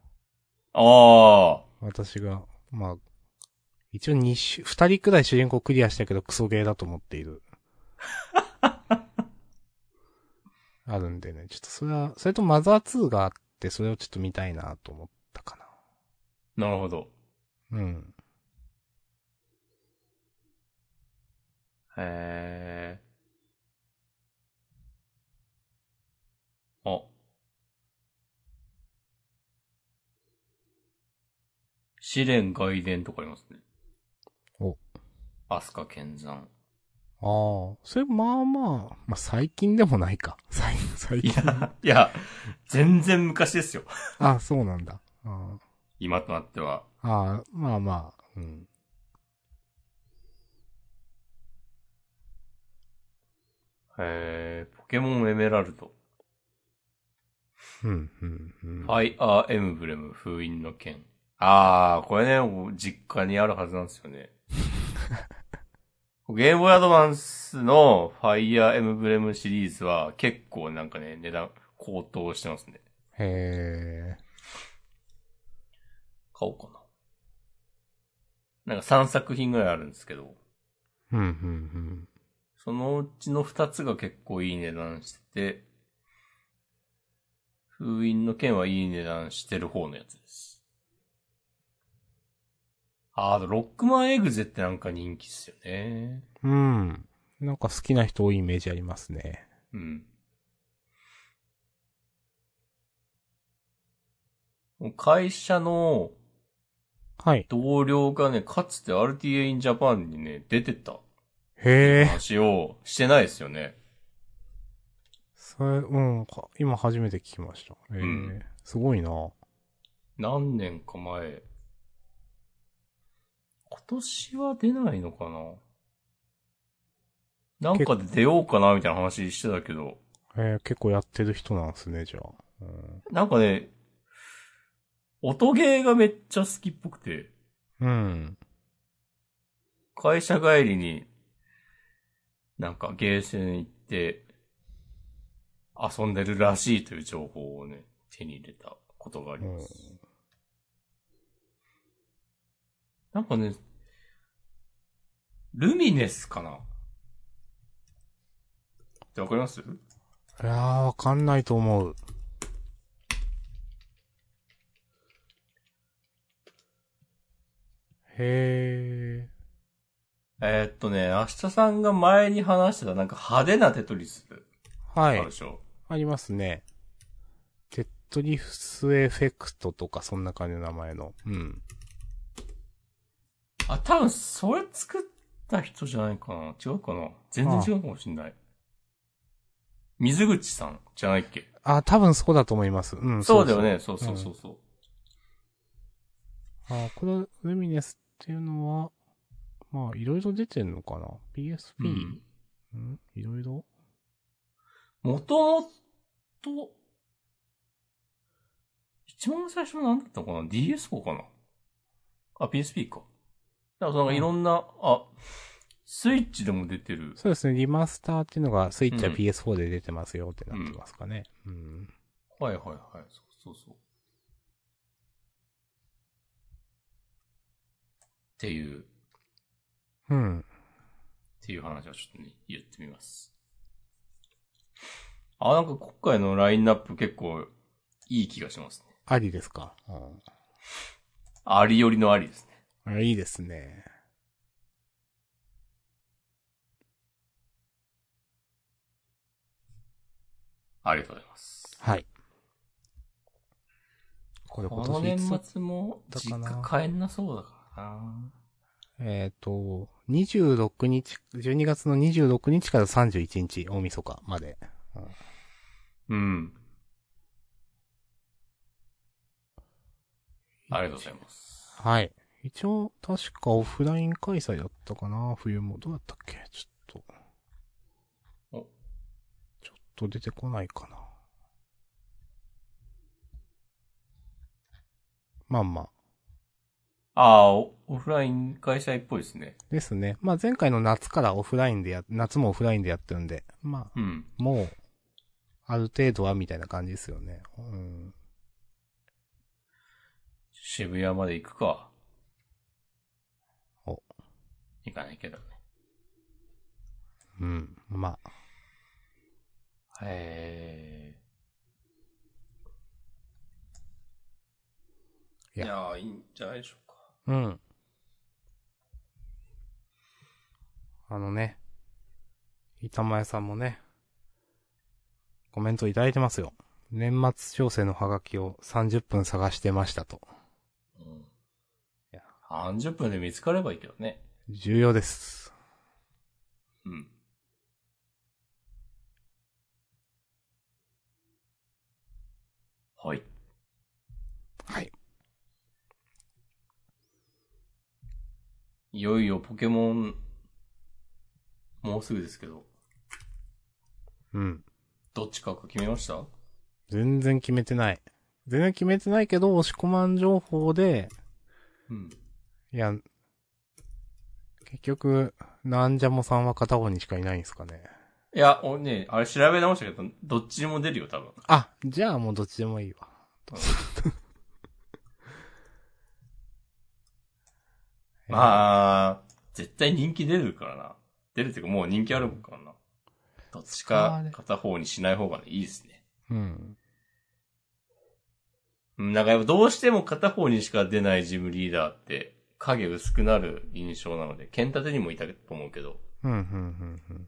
ああ。 私が、まあ、一応二種、二人くらい主人公クリアしたけどクソゲーだと思っている。あるんでね、ちょっとそれは、それとマザーツーがあって、それをちょっと見たいなと思ったかなるほど。 な。うん。 へえ。あ。試練外伝とかありますね。 お。 アスカ剣山。 ああ、それまあまあ、まあ最近でもないか。最最い近。 や、いや、全然昔ですよ。 ああ、そうなんだ。あ今となっては。 あ、ああ、まあまあ、うん。 へえ、ポケモンエメラルド。 うん、うん、うん。 ファイアーエムブレム封印の剣。あー、これね、実家にあるはずなんですよね。ゲームボーイアドバンスのファイアーエムブレムシリーズは結構なんかね、値段高騰してますね。 へえ。 買おうかな。なんかさんさく品ぐらいあるんですけど、 うん、うん、うん。 そのうちのふたつが結構いい値段してて、封印の剣はいい値段してる方のやつです。あー、ロックマンエグゼってなんか人気っすよね。 うん。なんか好きな人多いイメージありますね。 うん。会社のはい。 同僚がね、かつて アールティーエー in Japan にね、出てたっていうへえ。 話をしてないですよね。 それ、うん、か今初めて聞きました。へえ、 うん。 すごいな。 何年か前。今年は出ないのかな？なんけ、 かで出ようかなみたいな話してたけど、 えー、結構やってる人なんですね、じゃあ。うん。 なんかね、音ゲーがめっちゃ好きっぽくて、 うん。 会社帰りになんかゲーセン行って遊んでるらしいという情報をね、手に入れたことがあります。なんかね、ルミネスかなってわかります？ いやー、わかんないと思う。へえー、っとね、明日さんが前に話してたなんか派手なテトリスー。はい。 あるでしょ？ ありますね。テットリスエフェクトとかそんな感じの名前の。うん。 あ、多分それ作った人じゃないかな。違うかな。全然違うかもしんない。水口さんじゃないっけ？ あ、多分そうだと思います。うん。 そうだよね。そうそうそうそう。 うん、あ、このルミネスっていうのは、まあ、いろいろ出てんのかな ?ピーエスピー? うん。いろいろもともと、一番最初なんだったのかな ?ディーエスフォー かなあ、ピーエスピー か。だからそのいろんな、あ、スイッチでも出てる。 そうですね、リマスターっていうのがスイッチはうんピーエスフォー で出てますよってなってますかね。うん。うん、 はいはいはい。そうそうそう。っていう。 うん。 っていう話をちょっとね、言ってみます。あ、なんか今回のラインナップ結構いい気がしますね。 ありですか。うん、 ありよりのありですね。 あ、いいですね。 ありがとうございます。 はい。これこの年今年いつだっ末もたかな。 実家帰んなそうだからな。 えっ、ー、と、にじゅうろくにち、じゅうにがつのにじゅうろくにちからさんじゅういちにち、大晦日まで。 うん。うん。ありがとうございます。 はい。一応、確かオフライン開催だったかな、冬も。どうだったっけちょっと。 お。 ちょっと出てこないかな。まあまあ。 ああ、オフライン開催っぽいですね。 ですね。まあ前回の夏からオフラインでや、夏もオフラインでやってるんで、まあ、 うん。 もう、ある程度はみたいな感じですよね。うん。 渋谷まで行くか。 お。 行かないけどね。 うん。まあ。 へー。いいや。 やー、いいんじゃないでしょうか。 うん。あのね、板前さんもね、コメントいただいてますよ。年末調整のハガキをさんじゅっぷん探してましたと。 うん。いや、さんじゅっぷんで見つかればいいけどね。 重要です。 うん。はい。 はい。 いよいよポケモン、もうすぐですけど。 うん。 どっちか決めました？ 全然決めてない。全然決めてないけど、押し込まん情報で、 うん。 いや、結局、なんじゃもさんは片方にしかいないんですかね。 いや、俺ね、あれ調べ直したけど、どっちにも出るよ、多分。 あ、じゃあもうどっちでもいいわ。 まあ、絶対人気出るからな。出るっていうかもう人気あるもんからな。どっちか片方にしない方がね、いいですね。 うん。 なんかやっぱどうしても片方にしか出ないジムリーダーって、影薄くなる印象なので、剣立てにもいたと思うけど。 うん、うん、うん、うん。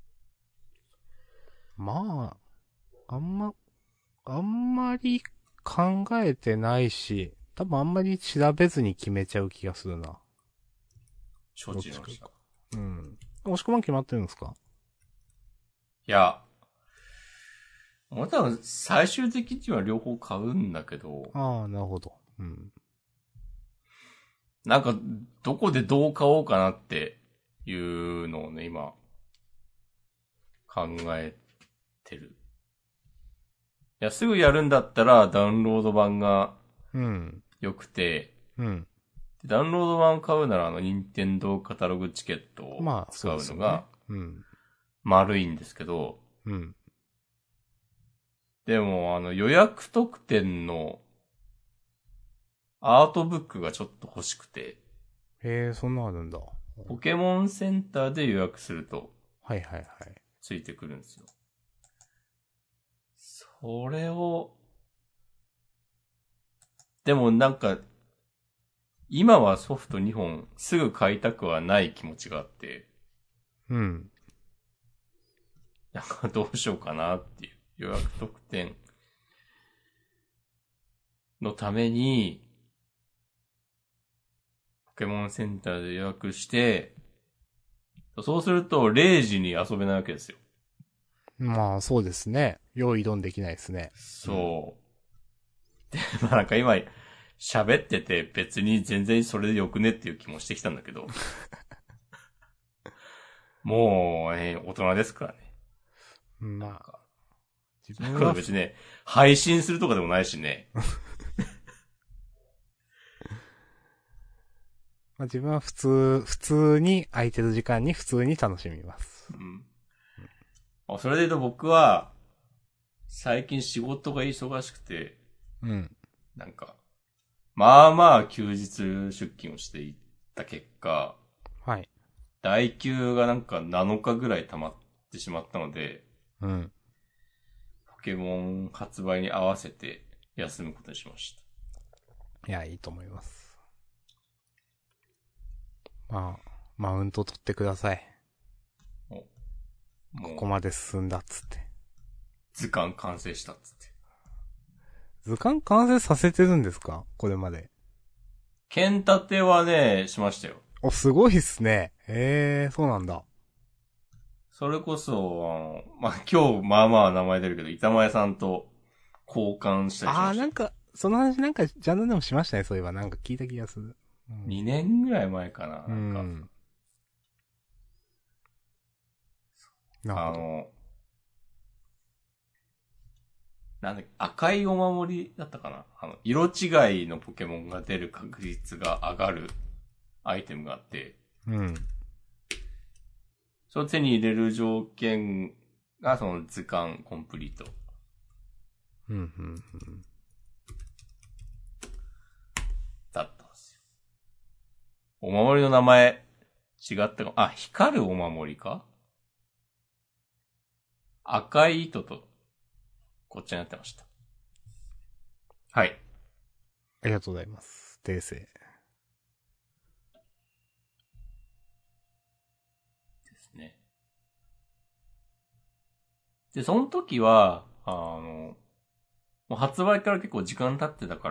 まあ、あんま、あんまり考えてないし、多分あんまり調べずに決めちゃう気がするな。 承知しました。 うん。押し込まん決まってるんですか？ いや、俺多分最終的には両方買うんだけど。 ああ、なるほど。うん。 なんか、どこでどう買おうかなっていうのをね、今、考えてる。いや、すぐやるんだったらダウンロード版がうん。 良くて、 うん。 ダウンロード版を買うならあの、任天堂カタログチケットをまあ、 使そうですよね。 うのが、 うん。 丸いんですけど、 うん。 でもあの、予約特典のアートブックがちょっと欲しくて、 へえ、そんなのあるんだ。 ポケモンセンターで予約すると、 はいはいはい。 ついてくるんですよ。それを、でもなんか、今はソフトにほんすぐ買いたくはない気持ちがあって、 うん。 なんかどうしようかなっていう予約特典のために、ポケモンセンターで予約して、そうするとれいじに遊べないわけですよ。 まあ、そうですね。用意ドンできないですね。 そう。で、まあなんか今、喋ってて別に全然それでよくねっていう気もしてきたんだけど。もう、ね、大人ですからね。 まあ、自それこ分は、 そ別にね、配信するとかでもないしね。 まあ、自分は普通、普通に空いてる時間に普通に楽しみます。 うん。あ、それで言うと僕は、最近仕事が忙しくて、 うん。 なんか、まあまあ休日出勤をしていった結果、 はい。 代休がなんかなのかぐらい溜まってしまったので、 うん。 ポケモン発売に合わせて休むことにしました。 いや、いいと思います。まあ、マウント取ってください。 おもう、 ここまで進んだっつって。 図鑑完成したっつって。 図鑑完成させてるんですかこれまで。 剣立てはね、しましたよ。 お、すごいっすね。へえ、そうなんだ。 それこそ、あの、まあ、今日、まあまあ名前出るけど、板前さんと交換したりしあー、 ましたよ。 なんか、その話なんか、ジャンルでもしましたね、そういえば。なんか聞いた気がする。うん、 にねんぐらい前かな、 うなんか。 ん。なるほど。 あの、なんだっけ、赤いお守りだったかな、あの、色違いのポケモンが出る確率が上がるアイテムがあって、 うん。 それを手に入れる条件が、その図鑑コンプリート。 うん、うん、うん。 だったんですよ。お守りの名前、違ったか、あ、光るお守りか赤い糸と、こっちになってました。はい。 ありがとうございます。訂正。 ですね。で、その時は、あの、もう発売から結構時間経ってたから、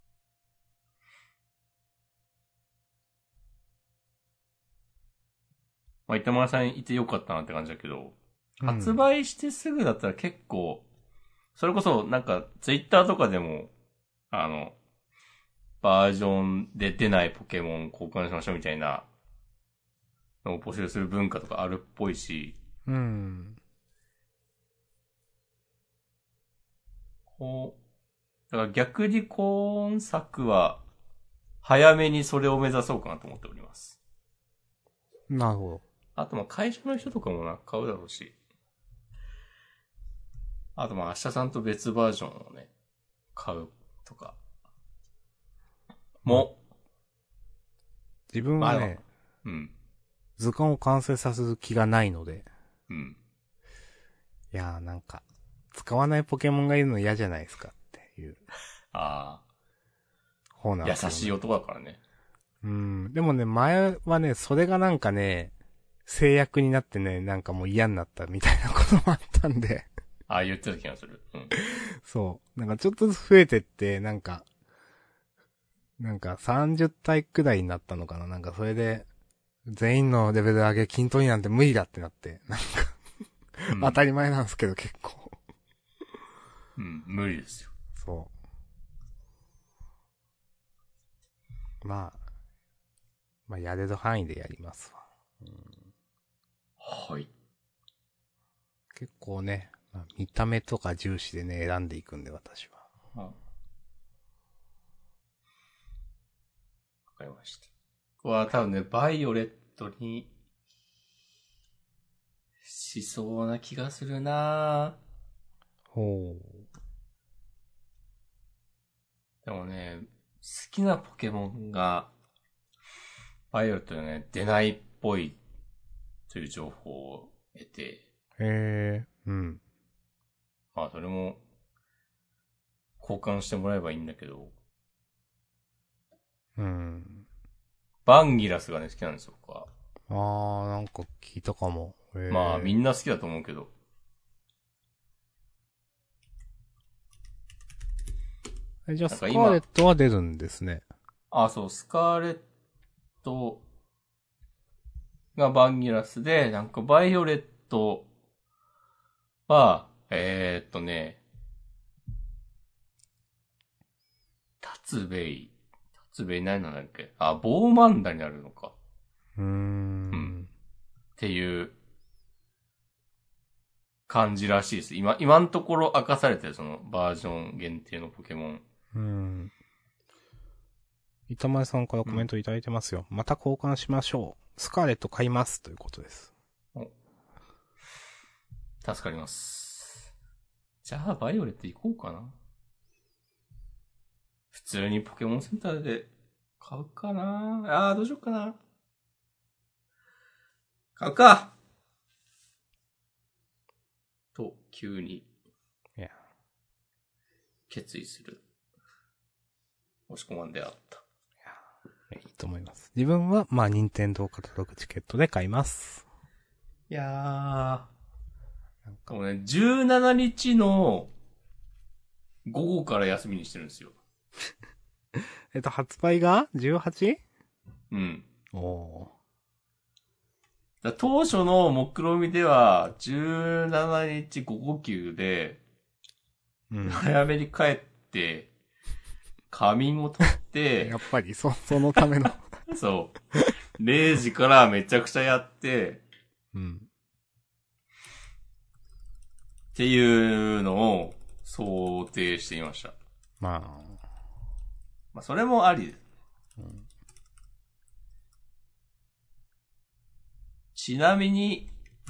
まあ、板村さんいてよかったなって感じだけど、 うん、 発売してすぐだったら結構、それこそなんかツイッターとかでも、あの、バージョンで出ないポケモン交換しましょうみたいなのを募集する文化とかあるっぽいし、 うん。 こう、だから逆に今作は早めにそれを目指そうかなと思っております。 なるほど。 あとまあ会社の人とかもな、買うだろうし。あとまあ明日さんと別バージョンをね、買うとか。も、 自分はね、 うん。 図鑑を完成させる気がないので。 うん。 いやーなんか、使わないポケモンがいるの嫌じゃないですかっていうああ、 方なんですよ、ね。 優しい男だからね。 うん。でもね、前はね、それがなんかね、制約になってね、なんかもう嫌になったみたいなこともあったんで。 ああ言ってた気がする。うん。 そう。なんかちょっとずつ増えてって、なんか、なんかさんじゅう体くらいになったのかな。なんかそれで、全員のレベル上げ均等になんて無理だってなって、なんかうん、 当たり前なんですけど結構。 うん、無理ですよ。 そう。まあ、まあやれる範囲でやりますわ。うん、 はい。 結構ね、まあ、見た目とか重視でね、選んでいくんで私は。 わ、うん、かりました。ここは多分ね、バイオレットにしそうな気がするなぁ。 ほう。 でもね、好きなポケモンが、バイオレットでね、出ないっぽいという情報を得て、 へえ、うん。 まあそれも、交換してもらえばいいんだけど、 うん。 バンギラスがね、好きなんですよ、僕は。 あー、なんか聞いたかも。へまあみえ。 んな好きだと思うけど。 え、じゃあスカなんか今ーレットは出るんですね。 あ、そう、スカーレットがバンギラスで、なんかバイオレットは、えー、っとね、タツベイ。タツベイ何なんだっけ？あ、ボーマンダになるのか。 うーん。 うん。っていう感じらしいです。今、今のところ明かされてるそのバージョン限定のポケモン。 うん。板前さんからコメントいただいてますよ。うん、また交換しましょう。スカーレット買いますということです。 お、助かります。じゃあ、バイオレット行こうかな。普通にポケモンセンターで買うかな。あー、どうしようかな。買うかと、急に。いや。 決意する。押し込まんであった。 いや、いいと思います。自分は、まあ、任天堂カタログチケットで買います。 いやー。なんかもうね、じゅうしちにちの午後から休みにしてるんですよ。 えっと、発売が じゅうはち？ うん。 おー。 だ当初の目論見では、じゅうしちにち午後休で、 うん。 早めに帰って、仮眠を取って、 やっぱり、そ、そのための。 そう。れいじからめちゃくちゃやって、 うん。 っていうのを想定していました。 まあ。 まあ、それもありです。 うん、 ちなみに、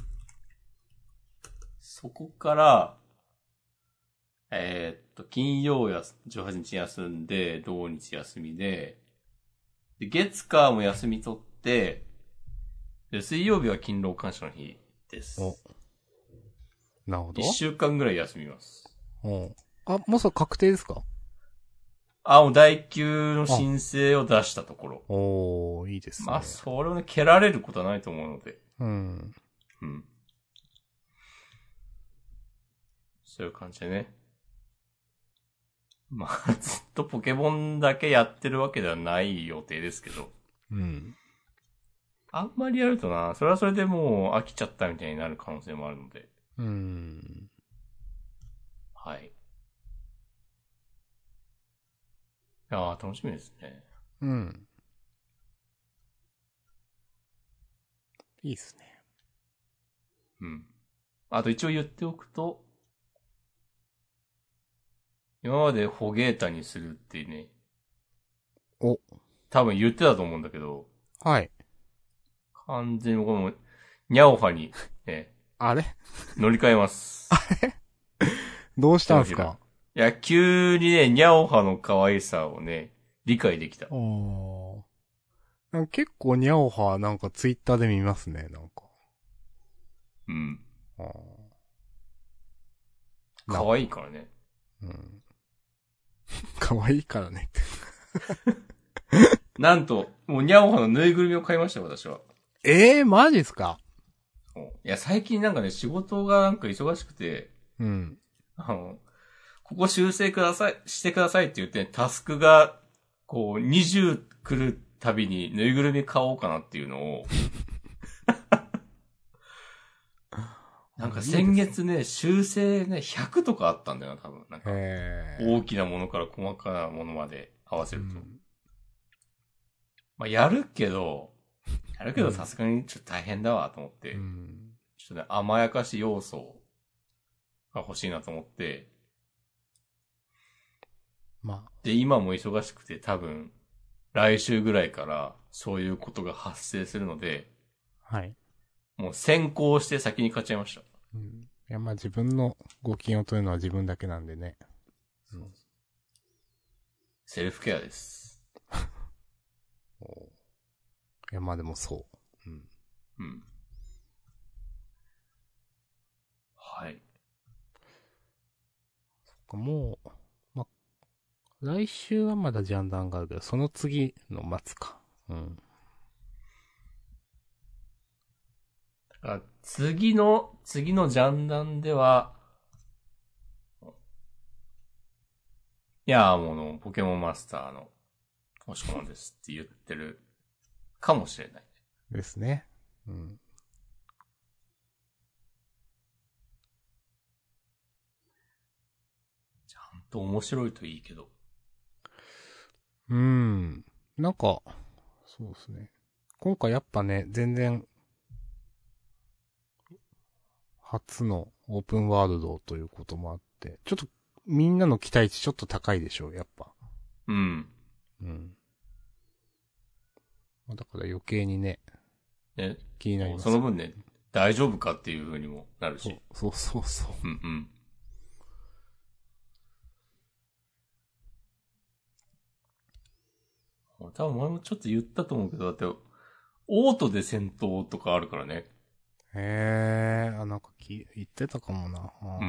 そこから、えー、っと、金曜やじゅうはちにち休んで、土日休みで、で月火も休み取って、で水曜日は勤労感謝の日です。 お。なるほど。 一週間ぐらい休みます。 お。あ、もうそれ確定ですか？ あ、もう代休の申請を出したところ。 おー、いいですね。 まあ、それをね、蹴られることはないと思うので。 うん。 うん。そういう感じでね。まあ、ずっとポケモンだけやってるわけではない予定ですけど。 うん。 あんまりやるとな、それはそれでもう飽きちゃったみたいになる可能性もあるので。 うん。 はい。いやー、楽しみですね。 うん。いいっすね。 うん。あと一応言っておくと、今までホゲータにするってね、 お。 多分言ってたと思うんだけど、 はい。 完全にこの、ニャオハに、ね、 あれ乗り換えます。 あれどうしたんすか？ いや、急にね、ニャオハの可愛さをね、理解できた。 おー。なんか結構ニャオハなんかツイッターで見ますね、なんか。 うん。 あ可愛いからね。 うん。可愛いからね。 なんと、もうニャオハのぬいぐるみを買いましたよ、私は。 ええー、マジっすか？ いや、最近なんかね、仕事がなんか忙しくて、 うん。 あの、ここ修正ください、してくださいって言って、タスクが、こう、にじゅう来るたびにぬいぐるみ買おうかなっていうのを、なんか先月ね、修正ね、ひゃくとかあったんだよな、多分。なんか、大きなものから細かなものまで合わせると。うん、まあ、やるけど、やるけどさすがにちょっと大変だわと思って、うん、ちょっとね、甘やかし要素が欲しいなと思って、まあ。で、今も忙しくて多分、来週ぐらいからそういうことが発生するので、 はい。 もう先行して先に買っちゃいました。 うん。いや、まあ自分のご機嫌というのは自分だけなんでね。 うん、セルフケアです。 おいや、まあでもそう。うん。 うん。はい。 そっか、もう、ま、来週はまだジャンダンがあるけど、その次の待つか。うん。 あ、次の、次のジャンダンでは、いやーもうポケモンマスターの押し込まんですって言ってるかもしれない。 ですね。うん。 と面白いといいけど。 うーん。なんか、そうですね。今回やっぱね、全然、初のオープンワールドということもあって、ちょっとみんなの期待値ちょっと高いでしょう、やっぱ。 うん。 うん。だから余計にね、 ね、 気になります。 その分ね、大丈夫かっていう風にもなるし。 そうそうそう。 うんうん。多分前もちょっと言ったと思うけど、だって、オートで戦闘とかあるからね。 へえ、あ、なんかき、言ってたかもな。 うん。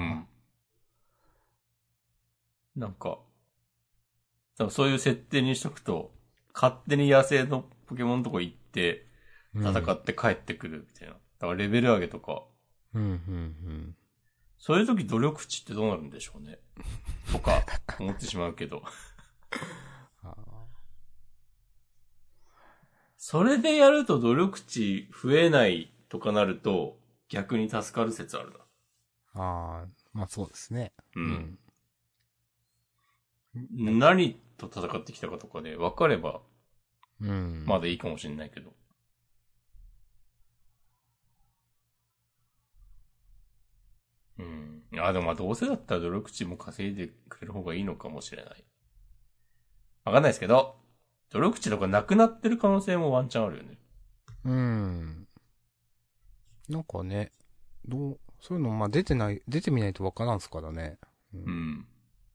なんか、多分そういう設定にしとくと、勝手に野生のポケモンのとこ行って、戦って帰ってくるみたいな。だからレベル上げとか。 うん、うん、うん。 そういう時努力値ってどうなるんでしょうね。とか、思ってしまうけど。それでやると努力値増えないとかなると、逆に助かる説あるな。 ああ、まあそうですね。 うん。うん、何と戦ってきたかとかで分かれば、 うん。 まだいいかもしれないけど。うん。あ、でもまあどうせだったら努力値も稼いでくれる方がいいのかもしれない。わかんないですけど、努力値とかなくなってる可能性もワンチャンあるよね。 うん。なんかね、どう、そういうの、まあ出てない、出てみないとわからんすからね。 うん。うん、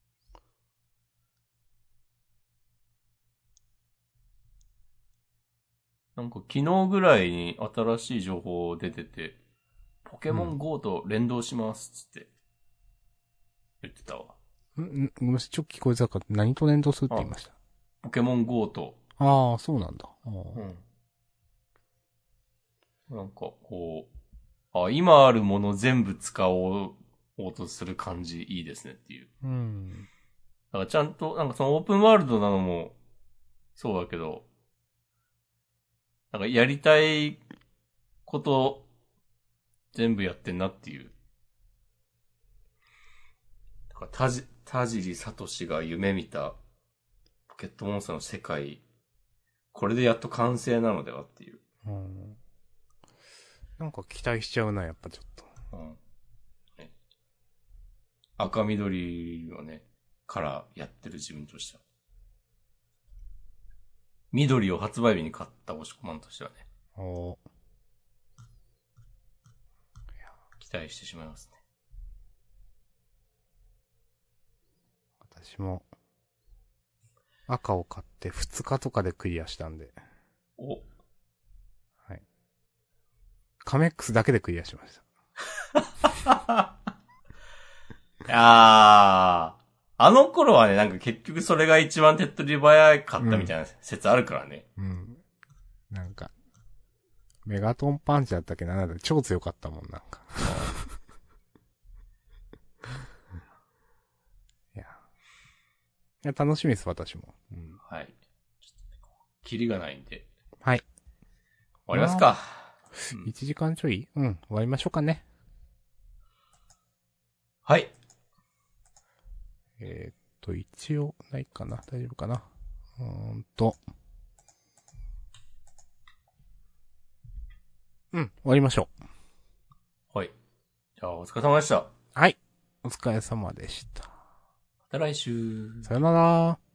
なんか昨日ぐらいに新しい情報出てて、ポケモン ゴー と連動しますっつって言ってたわ。 んんごめんなさい、ちょっと聞こえづらかった。何と連動するって言いました？ ポケモン ゴー と。 ああ、そうなんだ。 うん。なんかこう、あ、今あるもの全部使おうとする感じいいですねっていう。 うん。 だからちゃんと、なんかそのオープンワールドなのもそうだけど、なんかやりたいこと全部やってんなっていう。だから田じ、田尻聡が夢見たポケットモンスターの世界、これでやっと完成なのではっていう。 うん、なんか期待しちゃうな、やっぱちょっと。 うん。ね、赤緑をね、からやってる自分としては。緑を発売日に買った押し込まんとしてはね。 おー。 期待してしまいますね。 私も、赤を買ってふつかとかでクリアしたんで。 お。 はい。カメックスだけでクリアしました。 いやー、あの頃はね、なんか結局それが一番手っ取り早かったみたいな説あるからね。 うん。うん、なんか、メガトンパンチだったっけな、なんだ超強かったもん、なんか。いや。いや、楽しみです、私も。うん、 はい。ちょっとね、キリがないんで。 はい。終わりますか。 うん、いちじかんちょいうん、終わりましょうかね。 はい。 えー、っと、一応、ないかな大丈夫かなうーんと。うん、終わりましょう。はい。じゃあ、お疲れ様でした。 はい。お疲れ様でした。 また来週。 さよなら。